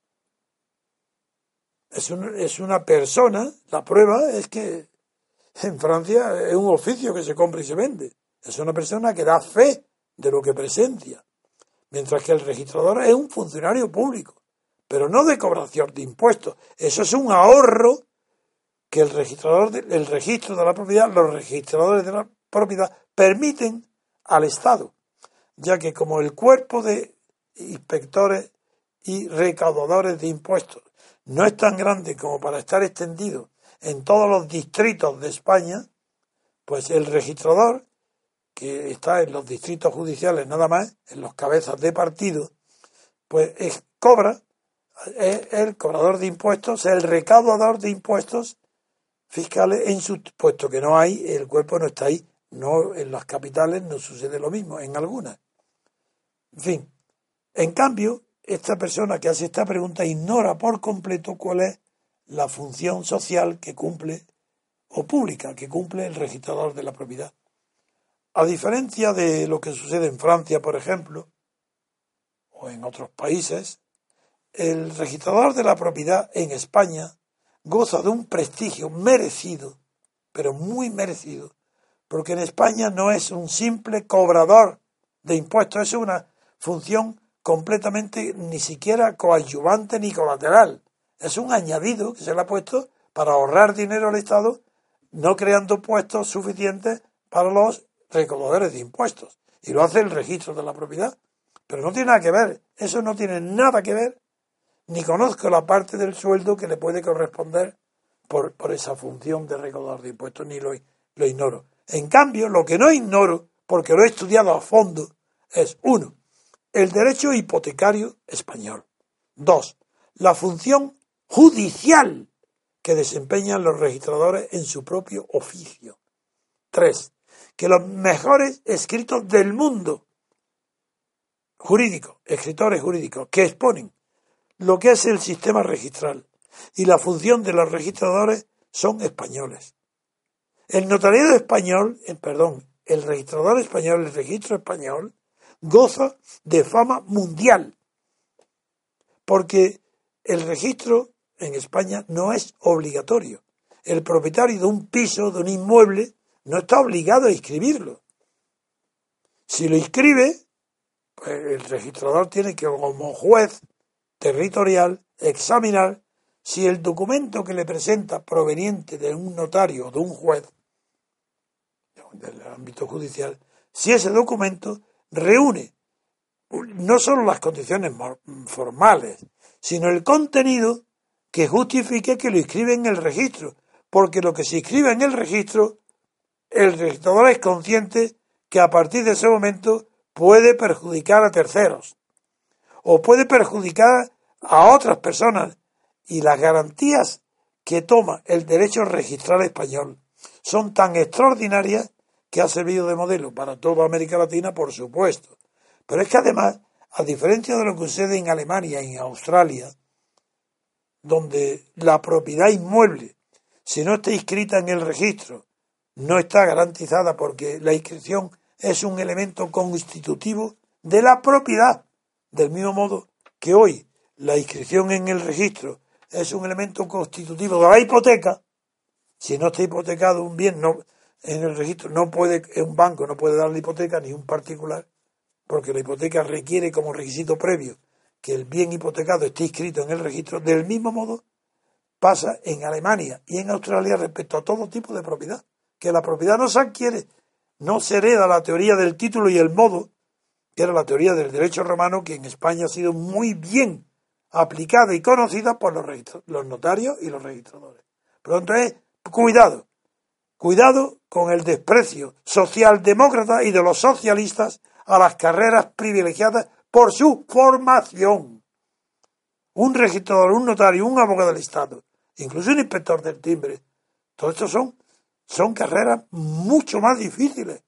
Es, un, es una persona. La prueba es que en Francia es un oficio que se compra y se vende. Es una persona que da fe de lo que presencia. Mientras que el registrador es un funcionario público, pero no de cobración de impuestos. Eso es un ahorro que el registrador, de, el registro de la propiedad, los registradores de la propiedad permiten al Estado, ya que como el cuerpo de inspectores y recaudadores de impuestos no es tan grande como para estar extendido en todos los distritos de España, pues el registrador, que está en los distritos judiciales nada más, en los cabezas de partido, pues es, cobra, es el cobrador de impuestos, el recaudador de impuestos fiscales en su puesto que no hay, el cuerpo no está ahí. No, en las capitales no sucede lo mismo, en algunas. En fin, en cambio, esta persona que hace esta pregunta ignora por completo cuál es la función social que cumple, o pública, que cumple el registrador de la propiedad. A diferencia de lo que sucede en Francia, por ejemplo, o en otros países, el registrador de la propiedad en España goza de un prestigio merecido, pero muy merecido, porque en España no es un simple cobrador de impuestos, es una función completamente ni siquiera coadyuvante ni colateral. Es un añadido que se le ha puesto para ahorrar dinero al Estado, no creando puestos suficientes para los recaudadores de impuestos. Y lo hace el registro de la propiedad. Pero no tiene nada que ver. Eso no tiene nada que ver. Ni conozco la parte del sueldo que le puede corresponder por, por esa función de recaudador de impuestos, ni lo, lo ignoro. En cambio, lo que no ignoro, porque lo he estudiado a fondo, es, uno, el derecho hipotecario español. Dos, la función judicial que desempeñan los registradores en su propio oficio. Tres, que los mejores escritos del mundo jurídico, escritores jurídicos, que exponen lo que es el sistema registral y la función de los registradores son españoles. El notariado español, eh, perdón, el registrador español, el registro español, goza de fama mundial, porque el registro en España no es obligatorio. El propietario de un piso, de un inmueble, no está obligado a inscribirlo. Si lo inscribe, pues el registrador tiene que, como juez territorial, examinar si el documento que le presenta proveniente de un notario o de un juez del ámbito judicial, si ese documento reúne no solo las condiciones formales, sino el contenido que justifique que lo inscribe en el registro, porque lo que se inscribe en el registro, el registrador es consciente que a partir de ese momento puede perjudicar a terceros o puede perjudicar a otras personas, y las garantías que toma el derecho registral español son tan extraordinarias que ha servido de modelo para toda América Latina, por supuesto. Pero es que además, a diferencia de lo que sucede en Alemania y en Australia, donde la propiedad inmueble, si no está inscrita en el registro, no está garantizada porque la inscripción es un elemento constitutivo de la propiedad, del mismo modo que hoy la inscripción en el registro es un elemento constitutivo de la hipoteca. Si no está hipotecado un bien, no, en el registro no puede, un banco no puede dar la hipoteca ni un particular, porque la hipoteca requiere como requisito previo que el bien hipotecado esté inscrito en el registro. Del mismo modo pasa en Alemania y en Australia respecto a todo tipo de propiedad, que la propiedad no se adquiere, no se hereda la teoría del título y el modo, que era la teoría del derecho romano, que en España ha sido muy bien aplicada y conocida por los, los notarios y los registradores. Por lo tanto, es cuidado, cuidado con el desprecio socialdemócrata y de los socialistas a las carreras privilegiadas por su formación. Un registrador, un notario, un abogado del Estado, incluso un inspector del timbre, todo esto son, son carreras mucho más difíciles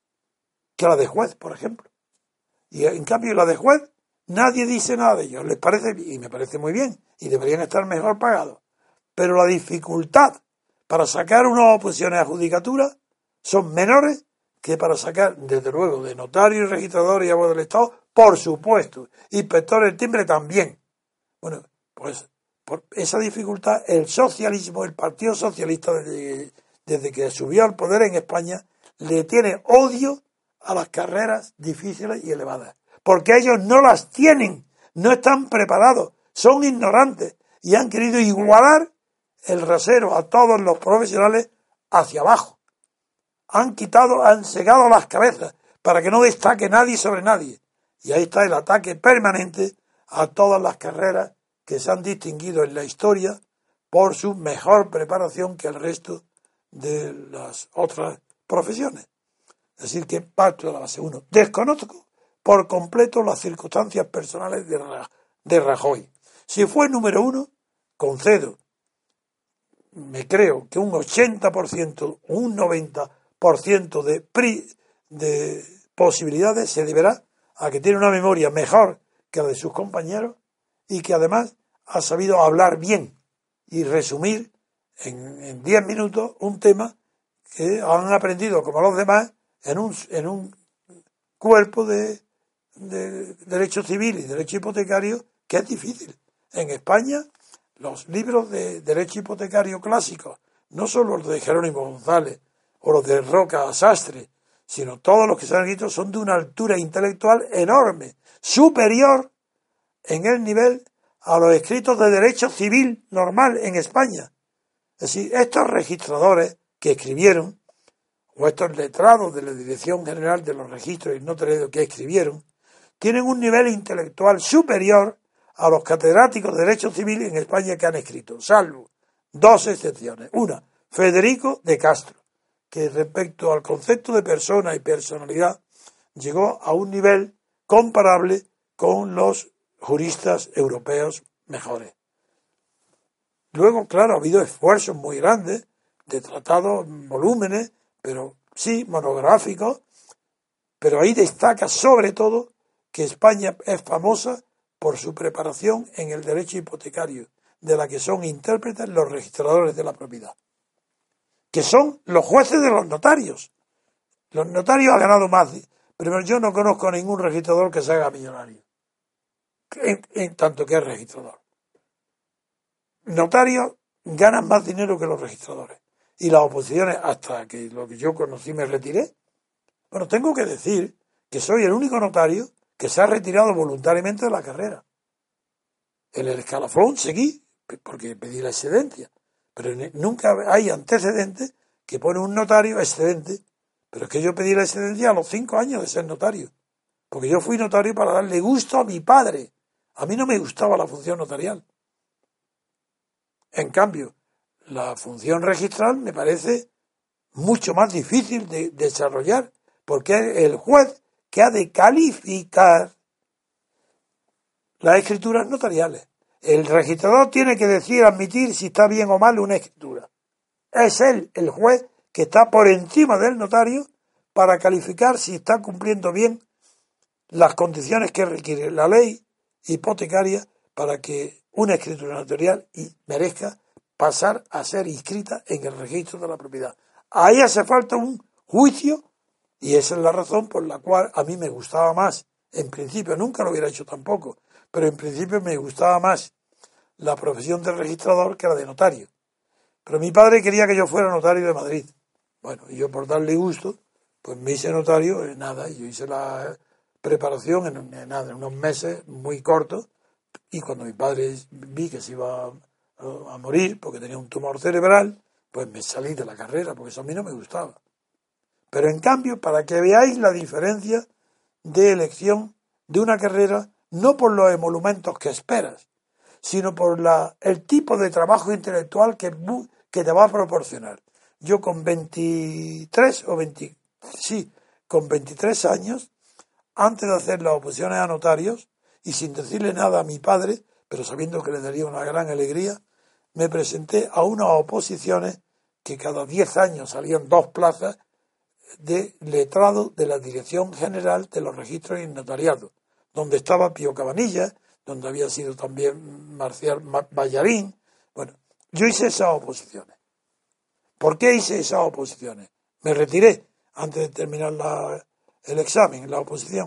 que la de juez, por ejemplo. Y en cambio la de juez, nadie dice nada de ellos. Les parece, y me parece muy bien, y deberían estar mejor pagados. Pero la dificultad para sacar unas oposiciones a judicatura son menores que para sacar, desde luego, de notario y registrador y abogado del Estado, por supuesto. Inspector del timbre también. Bueno, pues por esa dificultad, el socialismo, el Partido Socialista, desde, desde que subió al poder en España, le tiene odio a las carreras difíciles y elevadas, porque ellos no las tienen, no están preparados, son ignorantes y han querido igualar el rasero a todos los profesionales hacia abajo. Han quitado, han cegado las cabezas para que no destaque nadie sobre nadie. Y ahí está el ataque permanente a todas las carreras que se han distinguido en la historia por su mejor preparación que el resto de las otras profesiones. Es decir, que parto de la base uno. Desconozco por completo las circunstancias personales de, de Rajoy. Si fue número uno, concedo, me creo que un ochenta por ciento, un noventa por ciento de, pri, de posibilidades se deberá a que tiene una memoria mejor que la de sus compañeros y que además ha sabido hablar bien y resumir en diez minutos un tema que han aprendido como los demás en un, en un cuerpo de, de derecho civil y derecho hipotecario que es difícil. En España, los libros de derecho hipotecario clásicos, no solo los de Jerónimo González o los de Roca Sastre, sino todos los que se han escrito son de una altura intelectual enorme, superior en el nivel a los escritos de derecho civil normal en España. Es decir, estos registradores que escribieron, o estos letrados de la Dirección General de los Registros y Notariado que escribieron, tienen un nivel intelectual superior a los catedráticos de Derecho Civil en España que han escrito, salvo dos excepciones. Una, Federico de Castro, que respecto al concepto de persona y personalidad llegó a un nivel comparable con los juristas europeos mejores. Luego, claro, ha habido esfuerzos muy grandes de tratados, volúmenes, pero sí, monográficos, pero ahí destaca sobre todo que España es famosa por su preparación en el derecho hipotecario, de la que son intérpretes los registradores de la propiedad, que son los jueces de los notarios. Los notarios han ganado más, pero yo no conozco a ningún registrador que se haga millonario, en, en tanto que es registrador. Notarios ganan más dinero que los registradores. Y las oposiciones, hasta que lo que yo conocí me retiré. Bueno, tengo que decir que soy el único notario que se ha retirado voluntariamente de la carrera. En el escalafón seguí, porque pedí la excedencia. Pero nunca hay antecedentes que pone un notario excedente. Pero es que yo pedí la excedencia a los cinco años de ser notario. Porque yo fui notario para darle gusto a mi padre. A mí no me gustaba la función notarial. En cambio, la función registral me parece mucho más difícil de desarrollar, porque es el juez que ha de calificar las escrituras notariales. El registrador tiene que decir, admitir si está bien o mal una escritura. Es él, el juez, que está por encima del notario para calificar si está cumpliendo bien las condiciones que requiere la ley hipotecaria para que una escritura notarial merezca pasar a ser inscrita en el registro de la propiedad. Ahí hace falta un juicio, y esa es la razón por la cual a mí me gustaba más, en principio, nunca lo hubiera hecho tampoco, pero en principio me gustaba más la profesión de registrador que la de notario. Pero mi padre quería que yo fuera notario de Madrid. Bueno, y yo por darle gusto, pues me hice notario en nada, y yo hice la preparación en, en nada, en unos meses muy cortos, y cuando mi padre vi que se iba a, a morir porque tenía un tumor cerebral, pues me salí de la carrera, porque eso a mí no me gustaba. Pero en cambio, para que veáis la diferencia de elección de una carrera, no por los emolumentos que esperas, sino por la, el tipo de trabajo intelectual que, que te va a proporcionar. Yo con veintitrés o veinte, sí, con veintitrés años, antes de hacer las oposiciones a notarios, y sin decirle nada a mi padre, pero sabiendo que le daría una gran alegría, me presenté a unas oposiciones que cada diez años salían dos plazas de letrado de la Dirección General de los Registros y Notariados, donde estaba Pío Cabanillas, donde había sido también Marcial Ballarín. Bueno, yo hice esas oposiciones. ¿Por qué hice esas oposiciones? Me retiré antes de terminar la, el examen, la oposición.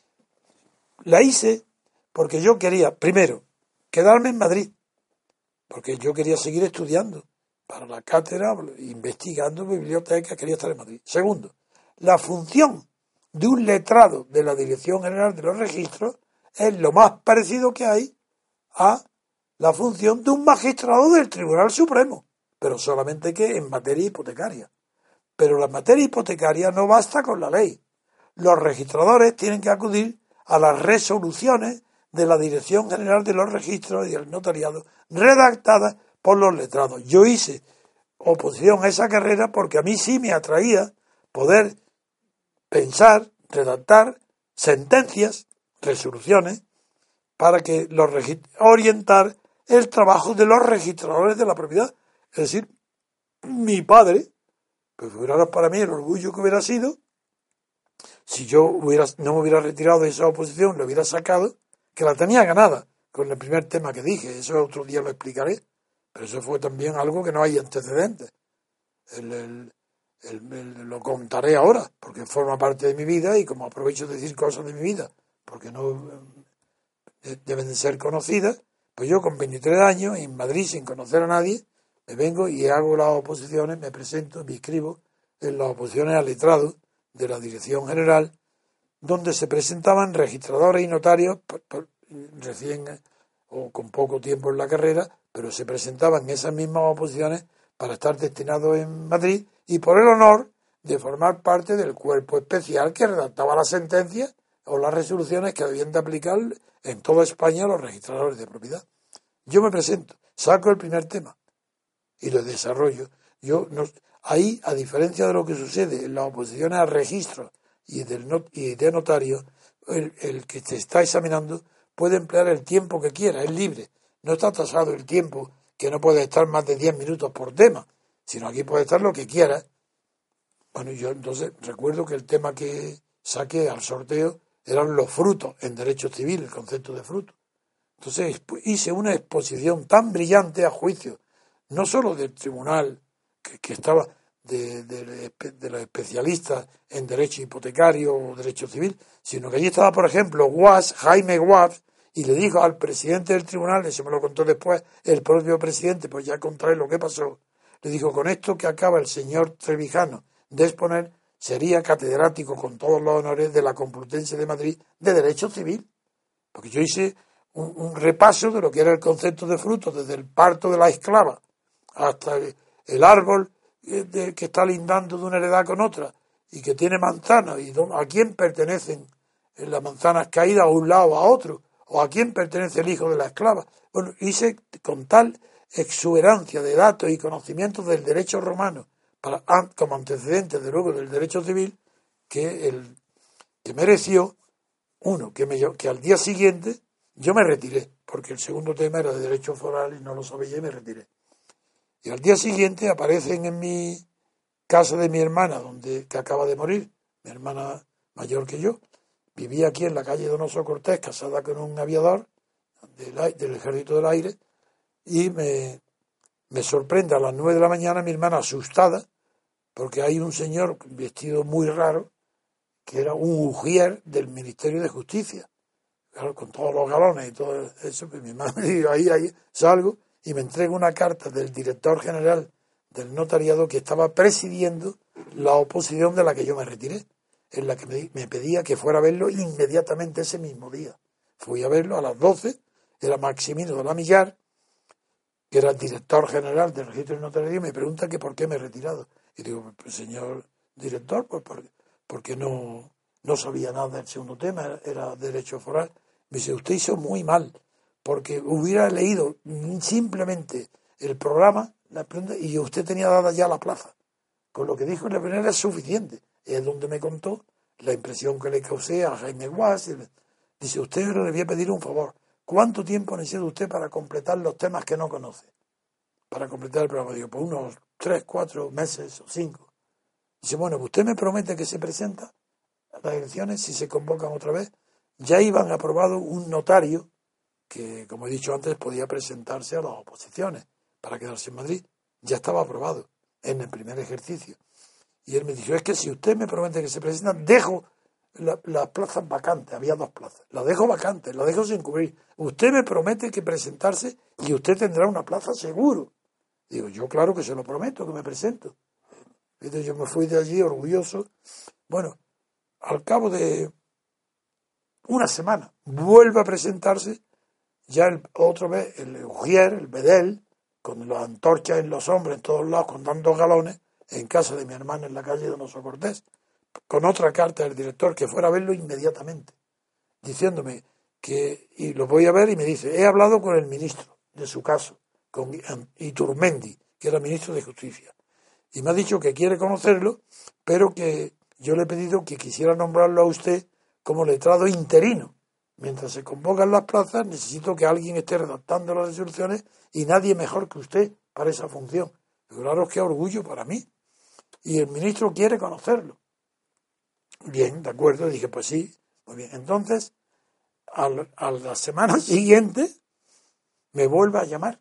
La hice porque yo quería, primero, quedarme en Madrid, porque yo quería seguir estudiando para la cátedra, investigando bibliotecas, quería estar en Madrid. Segundo, la función de un letrado de la Dirección General de los Registros es lo más parecido que hay a la función de un magistrado del Tribunal Supremo, pero solamente que en materia hipotecaria. Pero la materia hipotecaria no basta con la ley. Los registradores tienen que acudir a las resoluciones de la Dirección General de los Registros y del Notariado, redactadas por los letrados. Yo hice oposición a esa carrera porque a mí sí me atraía poder pensar, redactar sentencias, resoluciones, para que los orientar el trabajo de los registradores de la propiedad. Es decir, mi padre, pues hubiera para mí el orgullo que hubiera sido, si yo hubiera, no me hubiera retirado de esa oposición, lo hubiera sacado, que la tenía ganada con el primer tema que dije, eso otro día lo explicaré, pero eso fue también algo que no hay antecedentes. El, el, el, el, lo contaré ahora, porque forma parte de mi vida y como aprovecho de decir cosas de mi vida, porque no eh, deben de ser conocidas, pues yo con veintitrés años, en Madrid, sin conocer a nadie, me vengo y hago las oposiciones, me presento, me inscribo en las oposiciones al letrado de la Dirección General, donde se presentaban registradores y notarios por, por, recién o con poco tiempo en la carrera, pero se presentaban esas mismas oposiciones para estar destinados en Madrid y por el honor de formar parte del cuerpo especial que redactaba las sentencias o las resoluciones que debían de aplicar en toda España los registradores de propiedad. Yo me presento, saco el primer tema y lo desarrollo. Yo no, ahí, a diferencia de lo que sucede en las oposiciones a registros y, del not, y de notario, el, el que te está examinando puede emplear el tiempo que quiera, es libre. No está tasado el tiempo, que no puede estar más de diez minutos por tema, sino aquí puede estar lo que quiera. Bueno, yo entonces recuerdo que el tema que saqué al sorteo eran los frutos en derecho civil, el concepto de fruto. Entonces hice una exposición tan brillante a juicio, no solo del tribunal, que, que estaba de, de, de los especialistas en derecho hipotecario o derecho civil, sino que allí estaba, por ejemplo, Guas, Jaime Guas, y le dijo al presidente del tribunal, eso me lo contó después el propio presidente, pues ya contaré lo que pasó, le dijo, con esto que acaba el señor Trevijano de exponer, sería catedrático con todos los honores de la Complutense de Madrid de Derecho Civil, porque yo hice un, un repaso de lo que era el concepto de fruto, desde el parto de la esclava hasta el, el árbol de, que está lindando de una heredad con otra y que tiene manzanas, y a quién pertenecen las manzanas caídas a un lado o a otro, o a quién pertenece el hijo de la esclava. Bueno, hice con tal exuberancia de datos y conocimientos del derecho romano, para, como antecedentes de luego del derecho civil, que, el, que mereció, uno, que, me, que al día siguiente yo me retiré, porque el segundo tema era de derecho foral y no lo sabía y me retiré. Y al día siguiente aparecen en mi casa de mi hermana, donde que acaba de morir, mi hermana mayor que yo, vivía aquí en la calle Donoso Cortés, casada con un aviador del, del Ejército del Aire, y me, me sorprende a las nueve de la mañana mi hermana asustada, porque hay un señor vestido muy raro, que era un ujier del Ministerio de Justicia, claro, con todos los galones y todo eso. Pues mi hermana me dijo, ahí, ahí salgo, y me entrega una carta del director general del notariado que estaba presidiendo la oposición de la que yo me retiré, en la que me, me pedía que fuera a verlo inmediatamente ese mismo día. Fui a verlo a las doce, era Maximino de la Millar, que era el director general del registro de notariado, y me pregunta que por qué me he retirado. Y digo, pues, señor director, pues porque, porque no, no sabía nada del segundo tema, era, era derecho foral. Me dice, usted hizo muy mal, porque hubiera leído simplemente el programa, la pregunta, y usted tenía dada ya la plaza. Con lo que dijo en la primera es suficiente. Es donde me contó la impresión que le causé a Jaime Guas. Dice, usted le debía pedir un favor. ¿Cuánto tiempo necesita usted para completar los temas que no conoce? Para completar el programa. Digo, pues unos tres, cuatro meses o cinco. Dice, bueno, usted me promete que se presenta a las elecciones si se convocan otra vez. Ya iban aprobado un notario que, como he dicho antes, podía presentarse a las oposiciones para quedarse en Madrid. Ya estaba aprobado en el primer ejercicio. Y él me dijo, es que si usted me promete que se presenta, dejo la, las plazas vacantes. Había dos plazas. Las dejo vacantes, las dejo sin cubrir. Usted me promete que presentarse y usted tendrá una plaza seguro. Digo, yo claro que se lo prometo, que me presento. Entonces yo me fui de allí orgulloso. Bueno, al cabo de una semana, vuelve a presentarse, ya el, otra vez el Ujier, el Bedel, con las antorchas en los hombros en todos lados, con tantos galones, en casa de mi hermana en la calle Donoso Cortés, con otra carta del director que fuera a verlo inmediatamente, diciéndome que, y lo voy a ver, y me dice, he hablado con el ministro de su caso, con Iturmendi, que era ministro de Justicia, y me ha dicho que quiere conocerlo, pero que yo le he pedido que quisiera nombrarlo a usted como letrado interino. Mientras se convocan las plazas, necesito que alguien esté redactando las resoluciones y nadie mejor que usted para esa función. Pero claro, qué orgullo para mí. Y el ministro quiere conocerlo. Bien, de acuerdo, dije, pues sí, muy bien. Entonces, al, a la semana siguiente, me vuelve a llamar.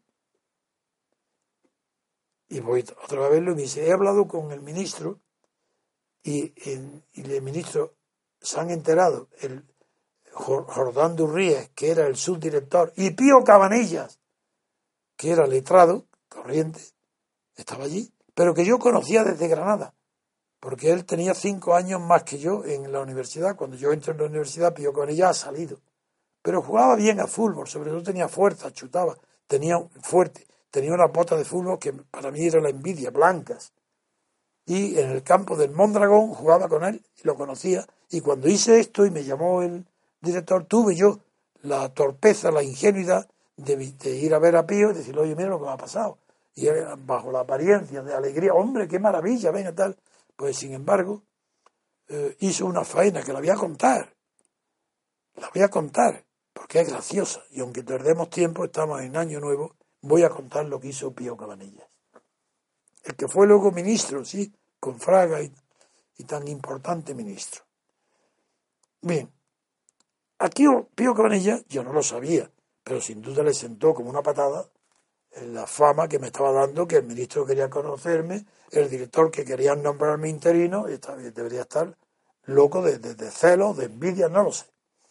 Y voy otra vez a verlo y me dice, he hablado con el ministro y, en, y el ministro se han enterado, el Jordán Durríez, que era el subdirector, y Pío Cabanillas, que era letrado, corriente, estaba allí, pero que yo conocía desde Granada, porque él tenía cinco años más que yo en la universidad. Cuando yo entro en la universidad, Pío Cabanillas ha salido, pero jugaba bien a fútbol, sobre todo tenía fuerza, chutaba, tenía fuerte, tenía una bota de fútbol que para mí era la envidia, blancas, y en el campo del Mondragón jugaba con él, y lo conocía, y cuando hice esto y me llamó el director, tuve yo la torpeza, la ingenuidad de, de ir a ver a Pío y decirle, oye, mira lo que me ha pasado. Y él, bajo la apariencia de alegría, hombre, qué maravilla, venga, tal. Pues sin embargo, eh, hizo una faena que la voy a contar. La voy a contar, porque es graciosa. Y aunque perdemos tiempo, estamos en Año Nuevo, voy a contar lo que hizo Pío Cabanillas. El que fue luego ministro, sí, con Fraga y, y tan importante ministro. Bien, aquí Pío Cabanillas, yo no lo sabía, pero sin duda le sentó como una patada en la fama que me estaba dando, que el ministro quería conocerme, el director que quería nombrarme interino, y estaba, debería estar loco de, de, de celos, de envidia, no lo sé.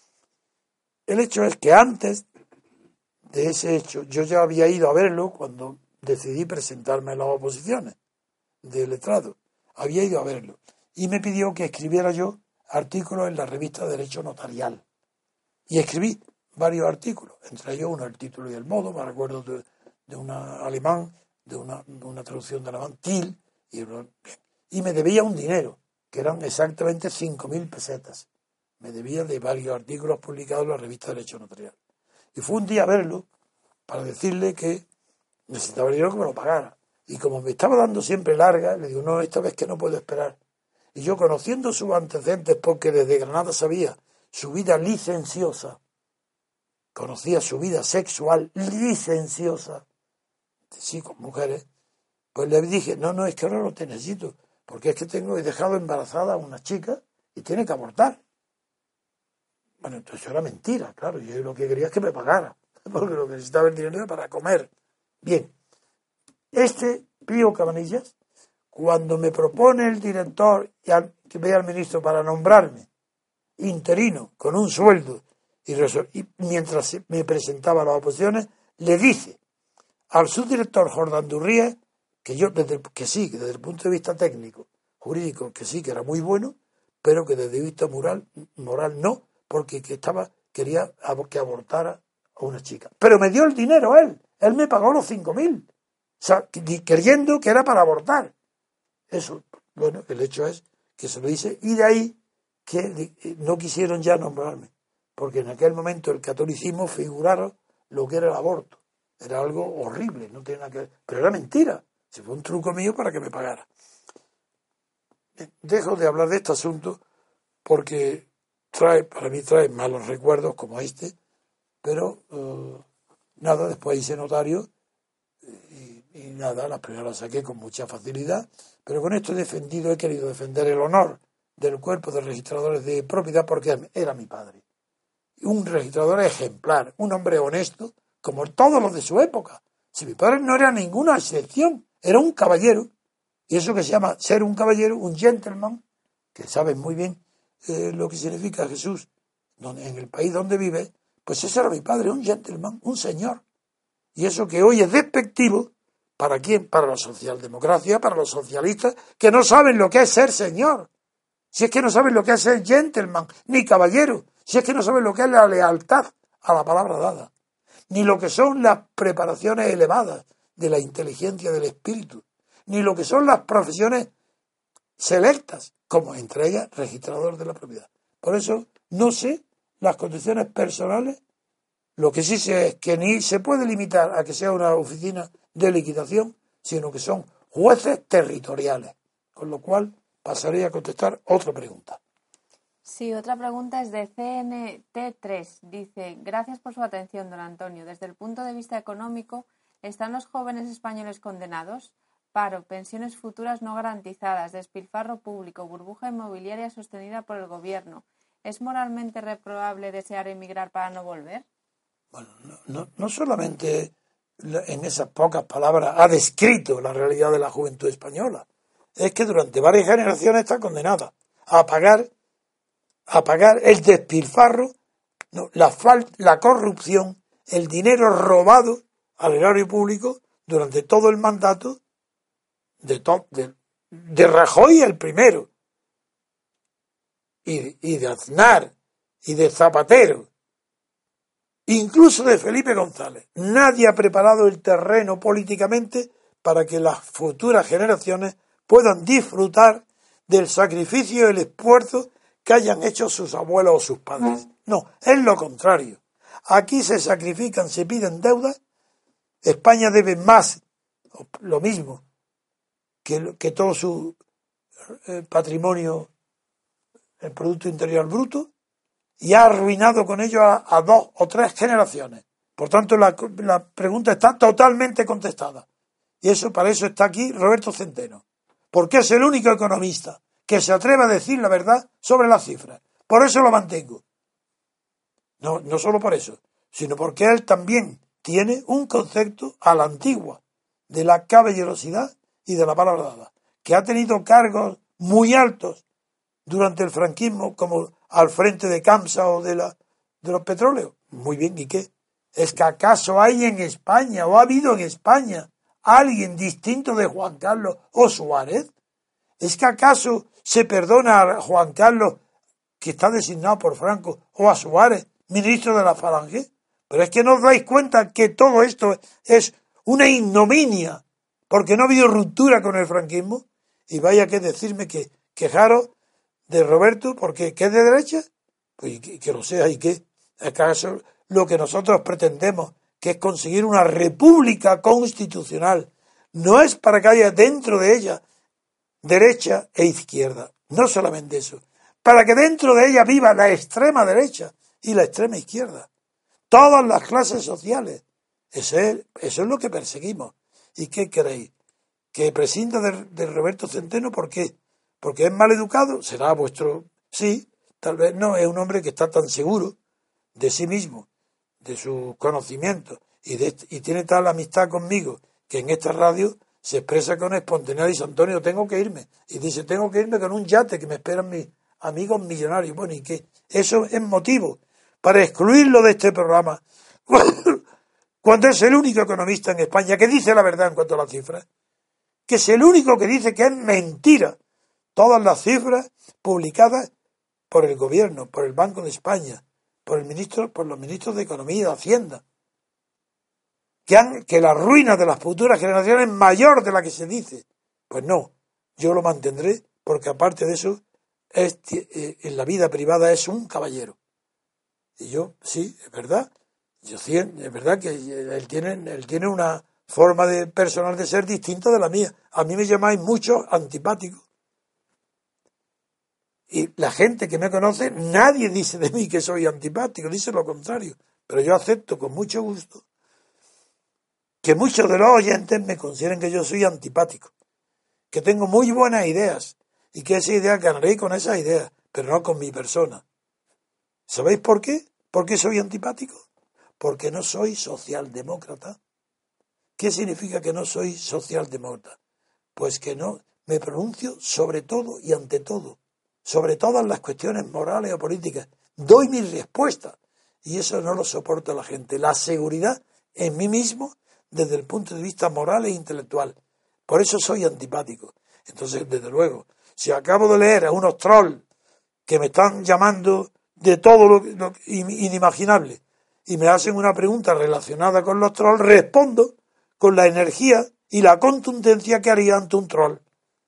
El hecho es que antes de ese hecho, yo ya había ido a verlo cuando decidí presentarme en las oposiciones de letrado. Había ido a verlo. Y me pidió que escribiera yo artículos en la revista de Derecho Notarial. Y escribí varios artículos, entre ellos uno, El título y el modo, me recuerdo de, de un alemán, de una, de una traducción de alemán, Til, y, y me debía un dinero, que eran exactamente cinco mil pesetas. Me debía de varios artículos publicados en la revista de Derecho Notarial. Y fue un día a verlo para decirle que necesitaba dinero que me lo pagara. Y como me estaba dando siempre larga, le digo, no, esta vez que no puedo esperar. Y yo, conociendo sus antecedentes, porque desde Granada sabía su vida licenciosa, conocía su vida sexual licenciosa, sí, con mujeres, pues le dije, no, no, es que ahora lo te necesito, porque es que tengo, he dejado embarazada a una chica y tiene que abortar. Bueno, entonces eso era mentira, claro, yo lo que quería es que me pagara, porque lo que necesitaba el dinero era para comer. Bien, este Pío Cabanillas, cuando me propone el director y al, que vea al ministro para nombrarme interino con un sueldo y, resol- y mientras me presentaba a las oposiciones, le dice al subdirector Jordán Durría que yo, desde, que sí, que desde el punto de vista técnico, jurídico, que sí, que era muy bueno, pero que desde el punto de vista moral, moral no, porque que estaba, quería que abortara a una chica. Pero me dio el dinero él, él me pagó los cinco mil, o sea, creyendo que era para abortar. Eso, bueno, el hecho es que se lo dice, y de ahí que no quisieron ya nombrarme, porque en aquel momento el catolicismo figurara lo que era el aborto. Era algo horrible, no tenía nada que ver, pero era mentira, se fue un truco mío para que me pagara. Dejo de hablar de este asunto porque trae, para mí trae malos recuerdos como este, pero uh, nada, después hice notario y, y nada, las primeras las saqué con mucha facilidad, pero con esto he defendido, he querido defender el honor del cuerpo de registradores de propiedad porque era mi padre. Un registrador ejemplar, un hombre honesto, como todos los de su época. Si mi padre no era ninguna excepción, era un caballero. Y eso que se llama ser un caballero, un gentleman, que saben muy bien eh, lo que significa Jesús, donde, en el país donde vive, pues ese era mi padre, un gentleman, un señor. Y eso que hoy es despectivo, ¿para quién? Para la socialdemocracia, para los socialistas, que no saben lo que es ser señor. Si es que no saben lo que es ser gentleman, ni caballero. Si es que no saben lo que es la lealtad a la palabra dada. Ni lo que son las preparaciones elevadas de la inteligencia del espíritu. Ni lo que son las profesiones selectas, como entre ellas registrador de la propiedad. Por eso no sé las condiciones personales. Lo que sí sé es que ni se puede limitar a que sea una oficina de liquidación, sino que son jueces territoriales. Con lo cual pasaré a contestar otra pregunta. Sí, otra pregunta es de C N T tres. Dice, gracias por su atención, don Antonio. Desde el punto de vista económico, ¿están los jóvenes españoles condenados? Paro, pensiones futuras no garantizadas, despilfarro público, burbuja inmobiliaria sostenida por el gobierno. ¿Es moralmente reprobable desear emigrar para no volver? Bueno, no, no, no solamente en esas pocas palabras ha descrito la realidad de la juventud española, es que durante varias generaciones está condenada a pagar, a pagar el despilfarro, no, la, fal, la corrupción, el dinero robado al erario público durante todo el mandato de, to, de, de Rajoy el primero, y, y de Aznar, y de Zapatero, incluso de Felipe González. Nadie ha preparado el terreno políticamente para que las futuras generaciones puedan disfrutar del sacrificio y el esfuerzo que hayan hecho sus abuelos o sus padres. No, es lo contrario. Aquí se sacrifican, se piden deudas. España debe más, lo mismo, que, que todo su eh, patrimonio el Producto Interior Bruto y ha arruinado con ello a, a dos o tres generaciones. Por tanto, la, la pregunta está totalmente contestada. Y eso, para eso está aquí Roberto Centeno. Porque es el único economista que se atreve a decir la verdad sobre las cifras. Por eso lo mantengo. No, no solo por eso, sino porque él también tiene un concepto a la antigua de la caballerosidad y de la palabra dada, que ha tenido cargos muy altos durante el franquismo, como al frente de Camsa o de, la, de los petróleos. Muy bien, ¿y qué? ¿Es que acaso hay en España o ha habido en España alguien distinto de Juan Carlos o Suárez? ¿Es que acaso se perdona a Juan Carlos, que está designado por Franco, o a Suárez, ministro de la Falange? Pero es que no os dais cuenta que todo esto es una ignominia, porque no ha habido ruptura con el franquismo. Y vaya que decirme que quejaros de Roberto, porque ¿qué es de derecha? Pues que, que lo sea, ¿y qué? ¿Acaso lo que nosotros pretendemos, que es conseguir una república constitucional, no es para que haya dentro de ella derecha e izquierda? No solamente eso, para que dentro de ella viva la extrema derecha y la extrema izquierda, todas las clases sociales. Eso es, eso es lo que perseguimos. ¿Y qué queréis? ¿Que prescinda de, de Roberto Centeno? ¿Por qué? ¿Porque es mal educado? Será vuestro... Sí, tal vez no, es un hombre que está tan seguro de sí mismo, de sus conocimientos, y, de, y tiene tal amistad conmigo, que en esta radio se expresa con espontaneidad y dice: Antonio, tengo que irme. Y dice: tengo que irme con un yate que me esperan mis amigos millonarios. Bueno, ¿y qué? Eso es motivo para excluirlo de este programa, cuando es el único economista en España que dice la verdad en cuanto a las cifras, que es el único que dice que es mentira todas las cifras publicadas por el gobierno, por el Banco de España, por el ministro, por los ministros de Economía y de Hacienda, que, han, que la ruina de las futuras generaciones es mayor de la que se dice. Pues no, yo lo mantendré, porque aparte de eso, es, eh, en la vida privada es un caballero. Y yo, sí, es verdad, yo sí, es verdad que él tiene, él tiene una forma de personal de ser distinta de la mía. A mí me llamáis mucho antipático. Y la gente que me conoce, nadie dice de mí que soy antipático, dice lo contrario. Pero yo acepto con mucho gusto que muchos de los oyentes me consideren que yo soy antipático, que tengo muy buenas ideas y que esas ideas ganaré con esas ideas, pero no con mi persona. ¿Sabéis por qué? ¿Por qué soy antipático? Porque no soy socialdemócrata. ¿Qué significa que no soy socialdemócrata? Pues que no me pronuncio sobre todo y ante todo, sobre todas las cuestiones morales o políticas. Doy mi respuesta y eso no lo soporta la gente. La seguridad en mí mismo desde el punto de vista moral e intelectual. Por eso soy antipático. Entonces, desde luego, si acabo de leer a unos trolls que me están llamando de todo lo, lo inimaginable y me hacen una pregunta relacionada con los trolls, respondo con la energía y la contundencia que haría ante un troll.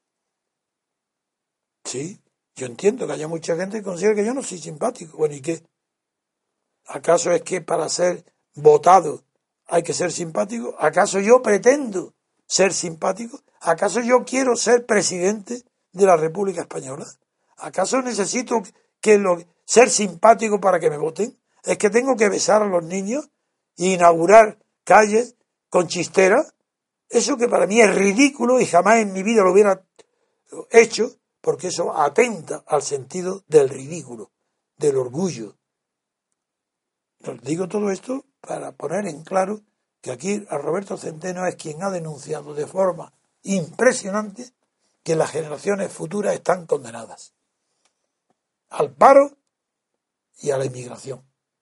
Sí, yo entiendo que haya mucha gente que considera que yo no soy simpático. Bueno, ¿y qué? ¿Acaso es que para ser votado hay que ser simpático? ¿Acaso yo pretendo ser simpático? ¿Acaso yo quiero ser presidente de la República Española? ¿Acaso necesito que lo, ser simpático para que me voten? ¿Es que tengo que besar a los niños e inaugurar calles con chisteras? Eso que para mí es ridículo y jamás en mi vida lo hubiera hecho, porque eso atenta al sentido del ridículo, del orgullo. Os digo todo esto para poner en claro que aquí a Roberto Centeno es quien ha denunciado de forma impresionante que las generaciones futuras están condenadas al paro y a la inmigración.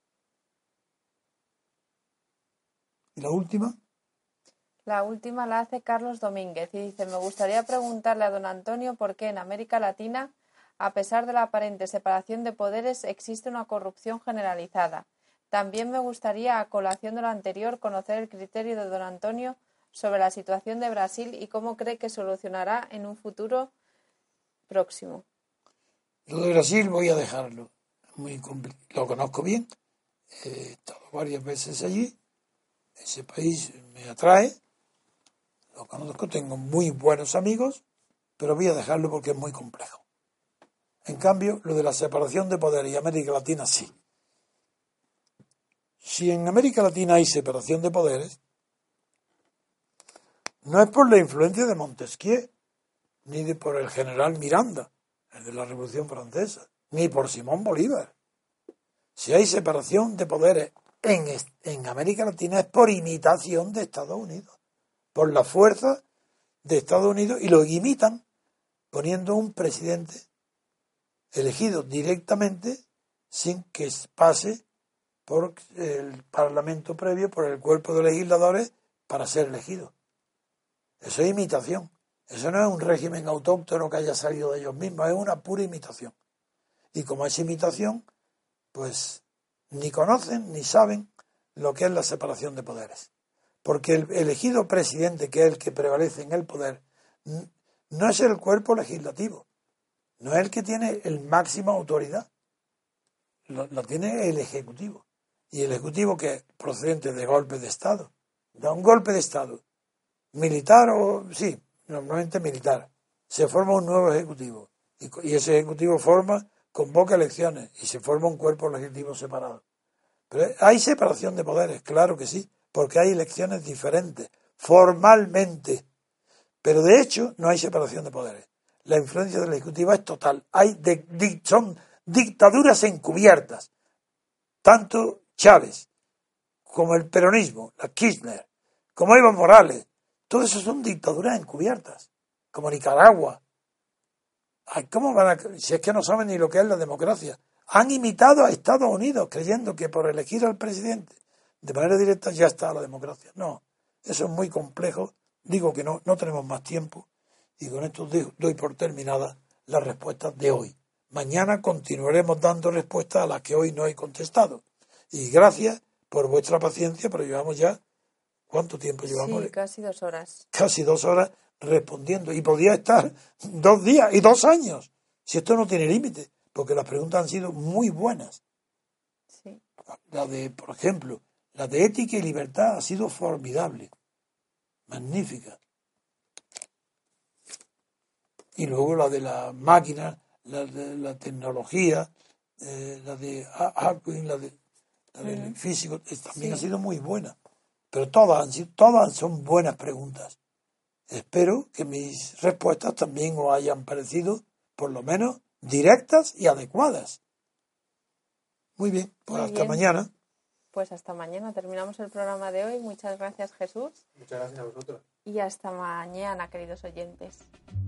¿Y la última? La última la hace Carlos Domínguez y dice: me gustaría preguntarle a don Antonio por qué en América Latina, a pesar de la aparente separación de poderes, existe una corrupción generalizada. También me gustaría, a colación de lo anterior, conocer el criterio de don Antonio sobre la situación de Brasil y cómo cree que solucionará en un futuro próximo. Lo de Brasil voy a dejarlo. Muy complicado. Lo conozco bien. He estado varias veces allí. Ese país me atrae. Lo conozco, tengo muy buenos amigos, pero voy a dejarlo porque es muy complejo. En cambio, lo de la separación de poderes y América Latina sí. Si en América Latina hay separación de poderes, no es por la influencia de Montesquieu, ni de por el general Miranda, el de la Revolución Francesa, ni por Simón Bolívar. Si hay separación de poderes en, en América Latina es por imitación de Estados Unidos, por la fuerza de Estados Unidos, y lo imitan poniendo un presidente elegido directamente sin que pase por el Parlamento previo, por el cuerpo de legisladores para ser elegido. Eso es imitación. Eso no es un régimen autóctono que haya salido de ellos mismos, es una pura imitación. Y como es imitación, pues ni conocen ni saben lo que es la separación de poderes. Porque el elegido presidente, que es el que prevalece en el poder, no es el cuerpo legislativo, no es el que tiene el máxima autoridad, lo, lo tiene el Ejecutivo. Y el Ejecutivo, que es procedente de golpe de Estado, da un golpe de Estado, militar o, sí, normalmente militar, se forma un nuevo Ejecutivo, y, y ese Ejecutivo forma, convoca elecciones, y se forma un cuerpo legislativo separado. Pero hay separación de poderes, claro que sí, porque hay elecciones diferentes, formalmente, pero de hecho no hay separación de poderes. La influencia del Ejecutivo es total. Hay de, de, son dictaduras encubiertas. Tanto Chávez como el peronismo, la Kirchner, como Evo Morales, todo eso son dictaduras encubiertas, como Nicaragua. Ay, ¿cómo van a, si es que no saben ni lo que es la democracia? Han imitado a Estados Unidos creyendo que por elegir al presidente de manera directa ya está la democracia. No, eso es muy complejo. Digo que no, no tenemos más tiempo y con esto doy por terminada las respuestas de hoy. Mañana continuaremos dando respuestas a las que hoy no he contestado. Y gracias por vuestra paciencia, pero llevamos ya, ¿cuánto tiempo llevamos? Sí, casi dos horas. Casi dos horas respondiendo. Y podía estar dos días y dos años, si esto no tiene límite, porque las preguntas han sido muy buenas. Sí. La de, por ejemplo, la de ética y libertad ha sido formidable, magnífica. Y luego la de las máquinas, la de la tecnología, eh, la de Hawking, la de, la del Mm. físico, también Sí. ha sido muy buena. Pero todas han sido, todas son buenas preguntas. Espero que mis respuestas también os hayan parecido, por lo menos, directas y adecuadas. Muy bien, pues Muy hasta bien. mañana. Pues hasta mañana. Terminamos el programa de hoy. Muchas gracias, Jesús. Muchas gracias a vosotros. Y hasta mañana, queridos oyentes.